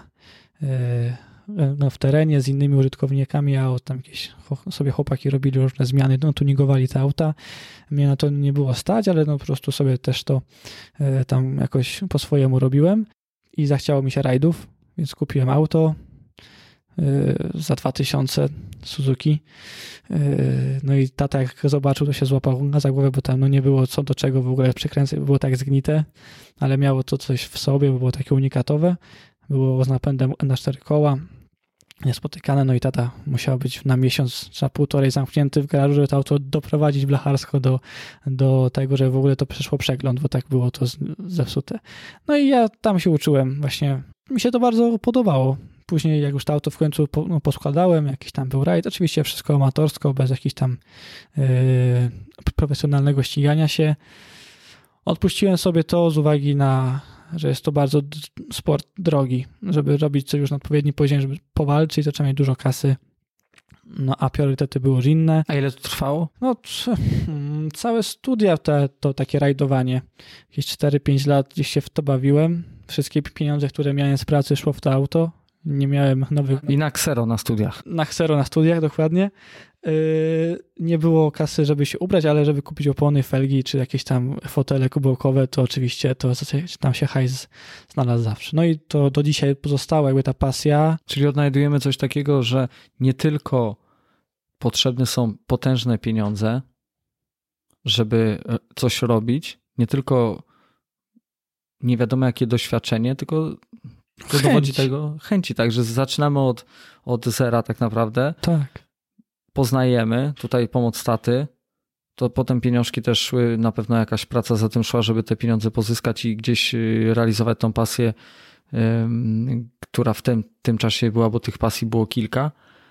Speaker 2: w terenie z innymi użytkownikami, a tam jakieś sobie chłopaki robili różne zmiany, tuningowali te auta. Mnie na to nie było stać, ale po prostu sobie też to tam jakoś po swojemu robiłem i zachciało mi się rajdów, więc kupiłem auto za 2000 Suzuki. No i tata jak zobaczył, to się złapał za głowę, bo tam nie było co do czego w ogóle przykręcać, było tak zgnite, ale miało to coś w sobie, bo było takie unikatowe. Było z napędem na 4 koła, niespotykane, no i tata musiał być na miesiąc czy na półtorej zamknięty w garażu, żeby to auto doprowadzić blacharsko do tego, żeby w ogóle to przeszło przegląd, bo tak było to zepsute. No i ja tam się uczyłem właśnie. Mi się to bardzo podobało. Później jak już to auto w końcu poskładałem, jakiś tam był rajd, oczywiście wszystko amatorsko, bez jakichś tam profesjonalnego ścigania się. Odpuściłem sobie to z uwagi na, że jest to bardzo sport drogi. Żeby robić coś już na odpowiednim poziomie, żeby powalczyć, to trzeba mieć dużo kasy. No a priorytety były już inne.
Speaker 1: A ile to trwało?
Speaker 2: No całe studia to takie rajdowanie. Jakieś 4-5 lat gdzieś się w to bawiłem. Wszystkie pieniądze, które miałem z pracy, szło w to auto. Nie miałem nowych...
Speaker 1: I na ksero na studiach.
Speaker 2: Na ksero na studiach, dokładnie. Nie było kasy, żeby się ubrać, ale żeby kupić opony, felgi, czy jakieś tam fotele kubełkowe, to oczywiście to tam się hajs znalazł zawsze. No i to do dzisiaj pozostała jakby ta pasja.
Speaker 1: Czyli odnajdujemy coś takiego, że nie tylko potrzebne są potężne pieniądze, żeby coś robić, nie tylko nie wiadomo jakie doświadczenie, tylko To dowodzi tego chęci, tak, że zaczynamy od zera tak naprawdę.
Speaker 2: Tak.
Speaker 1: Poznajemy, tutaj pomoc taty, to potem pieniążki też szły, na pewno jakaś praca za tym szła, żeby te pieniądze pozyskać i gdzieś realizować tą pasję, która w tym czasie była, bo tych pasji było kilka.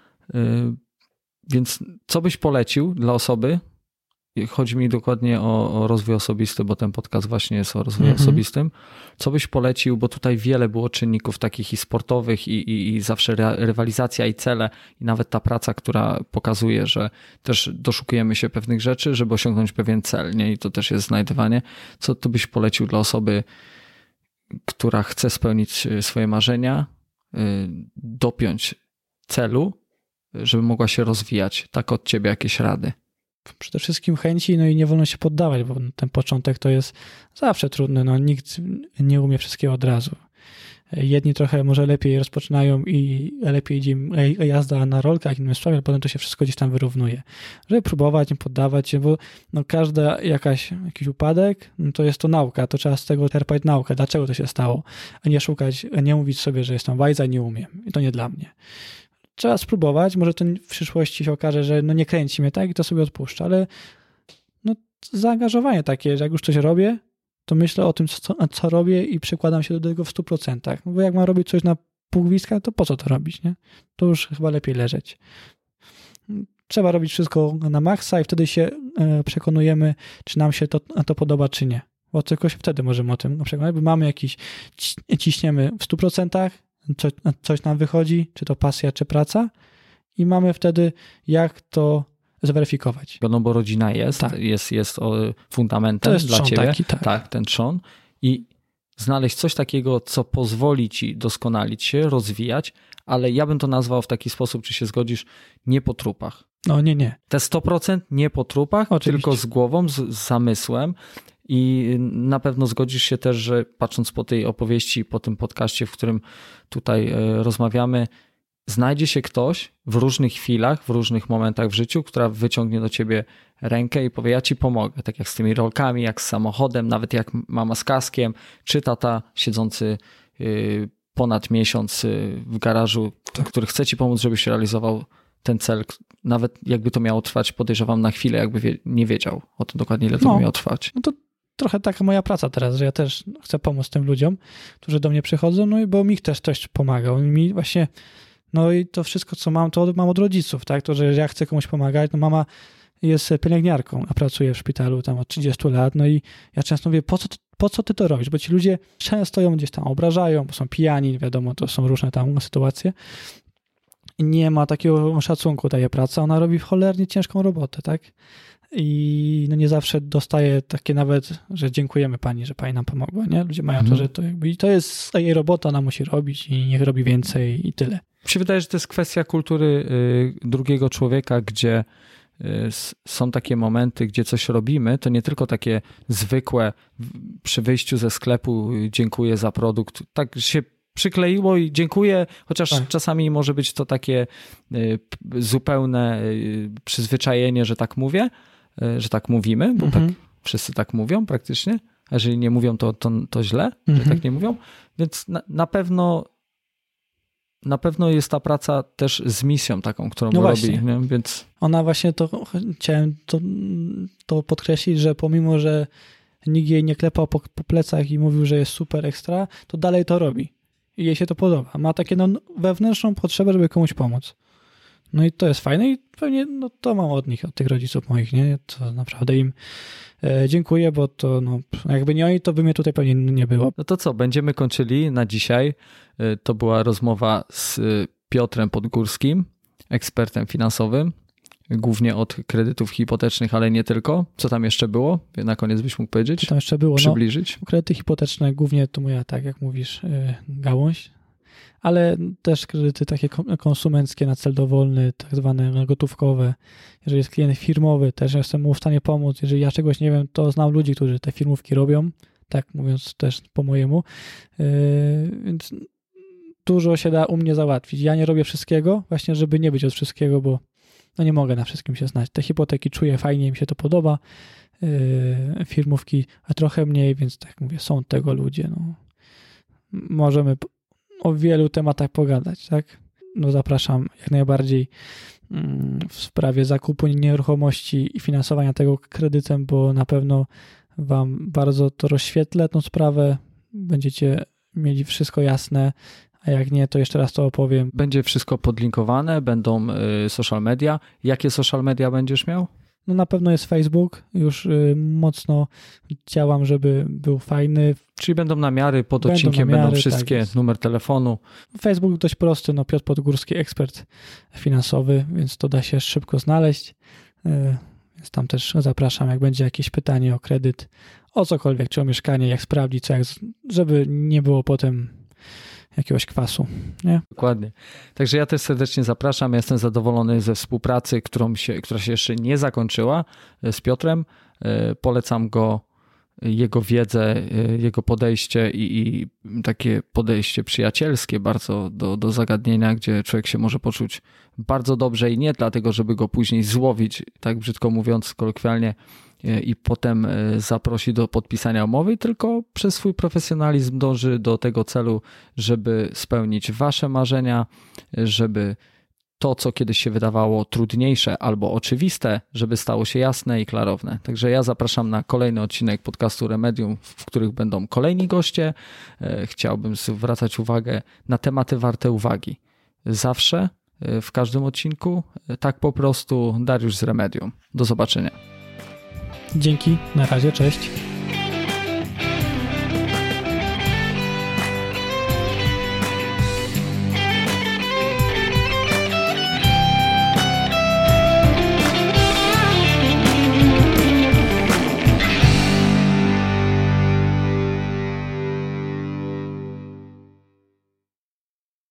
Speaker 1: Więc co byś polecił dla osoby? Chodzi mi dokładnie o rozwój osobisty, bo ten podcast właśnie jest o rozwoju osobistym. Co byś polecił, bo tutaj wiele było czynników takich i sportowych i zawsze rywalizacja i cele i nawet ta praca, która pokazuje, że też doszukujemy się pewnych rzeczy, żeby osiągnąć pewien cel, nie? I to też jest znajdywanie. Co to byś polecił dla osoby, która chce spełnić swoje marzenia, dopiąć celu, żeby mogła się rozwijać? Tak od ciebie jakieś rady.
Speaker 2: Przede wszystkim chęci, no i nie wolno się poddawać, bo ten początek to jest zawsze trudny, no nikt nie umie wszystkiego od razu. Jedni trochę może lepiej rozpoczynają i lepiej idzie im jazda na rolkach, innym sprawie, ale potem to się wszystko gdzieś tam wyrównuje. Żeby próbować, nie poddawać się, bo no jakiś upadek, no to jest to nauka, to trzeba z tego czerpać naukę, dlaczego to się stało, a nie szukać, nie mówić sobie, że jestem wajza i nie umiem i to nie dla mnie. Trzeba spróbować, może to w przyszłości się okaże, że no nie kręci mnie, tak, i to sobie odpuszczę, ale no zaangażowanie takie, że jak już coś robię, to myślę o tym, co robię i przykładam się do tego w 100%. Bo jak mam robić coś na pół gwizdka, to po co to robić, nie? To już chyba lepiej leżeć. Trzeba robić wszystko na maksa i wtedy się przekonujemy, czy nam się to podoba, czy nie. Bo tylko się wtedy możemy o tym przekonać, bo mamy jakiś, ciśniemy w 100%, coś nam wychodzi, czy to pasja, czy praca i mamy wtedy jak to zweryfikować.
Speaker 1: No bo rodzina jest fundamentem dla ciebie.
Speaker 2: Taki,
Speaker 1: tak, ten trzon. I znaleźć coś takiego, co pozwoli ci doskonalić się, rozwijać, ale ja bym to nazwał w taki sposób, czy się zgodzisz, nie po trupach.
Speaker 2: No nie.
Speaker 1: Te 100% nie po trupach,
Speaker 2: oczywiście.
Speaker 1: Tylko z głową, z zamysłem. I na pewno zgodzisz się też, że patrząc po tej opowieści, po tym podcaście, w którym tutaj rozmawiamy, znajdzie się ktoś w różnych chwilach, w różnych momentach w życiu, która wyciągnie do ciebie rękę i powie, ja ci pomogę. Tak jak z tymi rolkami, jak z samochodem, nawet jak mama z kaskiem, czy tata siedzący ponad miesiąc w garażu, który chce ci pomóc, żebyś realizował ten cel. Nawet jakby to miało trwać, podejrzewam na chwilę, jakby nie wiedział o tym dokładnie, ile to miało trwać.
Speaker 2: No to trochę taka moja praca teraz, że ja też chcę pomóc tym ludziom, którzy do mnie przychodzą, no i bo mi też ktoś pomagał. Mi właśnie, no i to wszystko, co mam, to mam od rodziców, tak? To, że ja chcę komuś pomagać, no mama jest pielęgniarką, a pracuje w szpitalu tam od 30 lat, no i ja często mówię, po co ty to robisz? Bo ci ludzie często ją gdzieś tam obrażają, bo są pijani, wiadomo, to są różne tam sytuacje. Nie ma takiego szacunku daje praca, ona robi cholernie ciężką robotę, tak? I no nie zawsze dostaje takie nawet, że dziękujemy pani, że pani nam pomogła, nie? Ludzie mają to, że to jakby i to jest jej robota, ona musi robić i niech robi więcej i tyle.
Speaker 1: Mi się wydaje, że to jest kwestia kultury drugiego człowieka, gdzie są takie momenty, gdzie coś robimy, to nie tylko takie zwykłe przy wyjściu ze sklepu dziękuję za produkt, tak się przykleiło i dziękuję, chociaż czasami może być to takie zupełne przyzwyczajenie, że tak mówię, że tak mówimy, bo tak wszyscy tak mówią praktycznie, a jeżeli nie mówią, to źle, że tak nie mówią, więc na pewno jest ta praca też z misją taką, którą robi. Nie? Więc...
Speaker 2: Ona właśnie chciałem to podkreślić, że pomimo, że nikt jej nie klepał po plecach i mówił, że jest super ekstra, to dalej to robi. I jej się to podoba. Ma takie wewnętrzną potrzebę, żeby komuś pomóc. No i to jest fajne i pewnie to mam od tych rodziców moich, nie? To naprawdę im dziękuję, bo to jakby nie oni, to by mnie tutaj pewnie nie było.
Speaker 1: No to co, będziemy kończyli na dzisiaj. To była rozmowa z Piotrem Podgórskim, ekspertem finansowym, głównie od kredytów hipotecznych, ale nie tylko. Co tam jeszcze było? Na koniec byś mógł powiedzieć?
Speaker 2: Co tam jeszcze było?
Speaker 1: Przybliżyć?
Speaker 2: Kredyty hipoteczne głównie to moja, tak jak mówisz, gałąź, ale też kredyty takie konsumenckie na cel dowolny, tak zwane gotówkowe. Jeżeli jest klient firmowy, też jestem mu w stanie pomóc. Jeżeli ja czegoś nie wiem, to znam ludzi, którzy te firmówki robią, tak mówiąc też po mojemu. Więc dużo się da u mnie załatwić. Ja nie robię wszystkiego, właśnie żeby nie być od wszystkiego, bo nie mogę na wszystkim się znać. Te hipoteki czuję, fajnie mi się to podoba. Firmówki, a trochę mniej, więc tak mówię, są tego ludzie. Możemy o wielu tematach pogadać, tak? No zapraszam jak najbardziej w sprawie zakupu nieruchomości i finansowania tego kredytem, bo na pewno wam bardzo to rozświetlę tą sprawę, będziecie mieli wszystko jasne, a jak nie, to jeszcze raz to opowiem.
Speaker 1: Będzie wszystko podlinkowane, będą social media. Jakie social media będziesz miał?
Speaker 2: No na pewno jest Facebook, już mocno działam, żeby był fajny.
Speaker 1: Czyli będą namiary, pod odcinkiem będą wszystkie, tak, numer telefonu.
Speaker 2: Facebook dość prosty, no Piotr Podgórski, ekspert finansowy, więc to da się szybko znaleźć. Więc tam też zapraszam, jak będzie jakieś pytanie o kredyt, o cokolwiek, czy o mieszkanie, jak sprawdzić, żeby nie było potem jakiegoś kwasu. Nie?
Speaker 1: Dokładnie. Także ja też serdecznie zapraszam. Ja jestem zadowolony ze współpracy, która się jeszcze nie zakończyła z Piotrem. Polecam go, jego wiedzę, jego podejście i takie podejście przyjacielskie bardzo do zagadnienia, gdzie człowiek się może poczuć bardzo dobrze i nie dlatego, żeby go później złowić, tak brzydko mówiąc kolokwialnie, i potem zaprosi do podpisania umowy, tylko przez swój profesjonalizm dąży do tego celu, żeby spełnić wasze marzenia, żeby to, co kiedyś się wydawało trudniejsze albo oczywiste, żeby stało się jasne i klarowne. Także ja zapraszam na kolejny odcinek podcastu Remedium, w których będą kolejni goście. Chciałbym zwracać uwagę na tematy warte uwagi. Zawsze, w każdym odcinku, tak po prostu. Dariusz z Remedium. Do zobaczenia.
Speaker 2: Dzięki, na razie, cześć.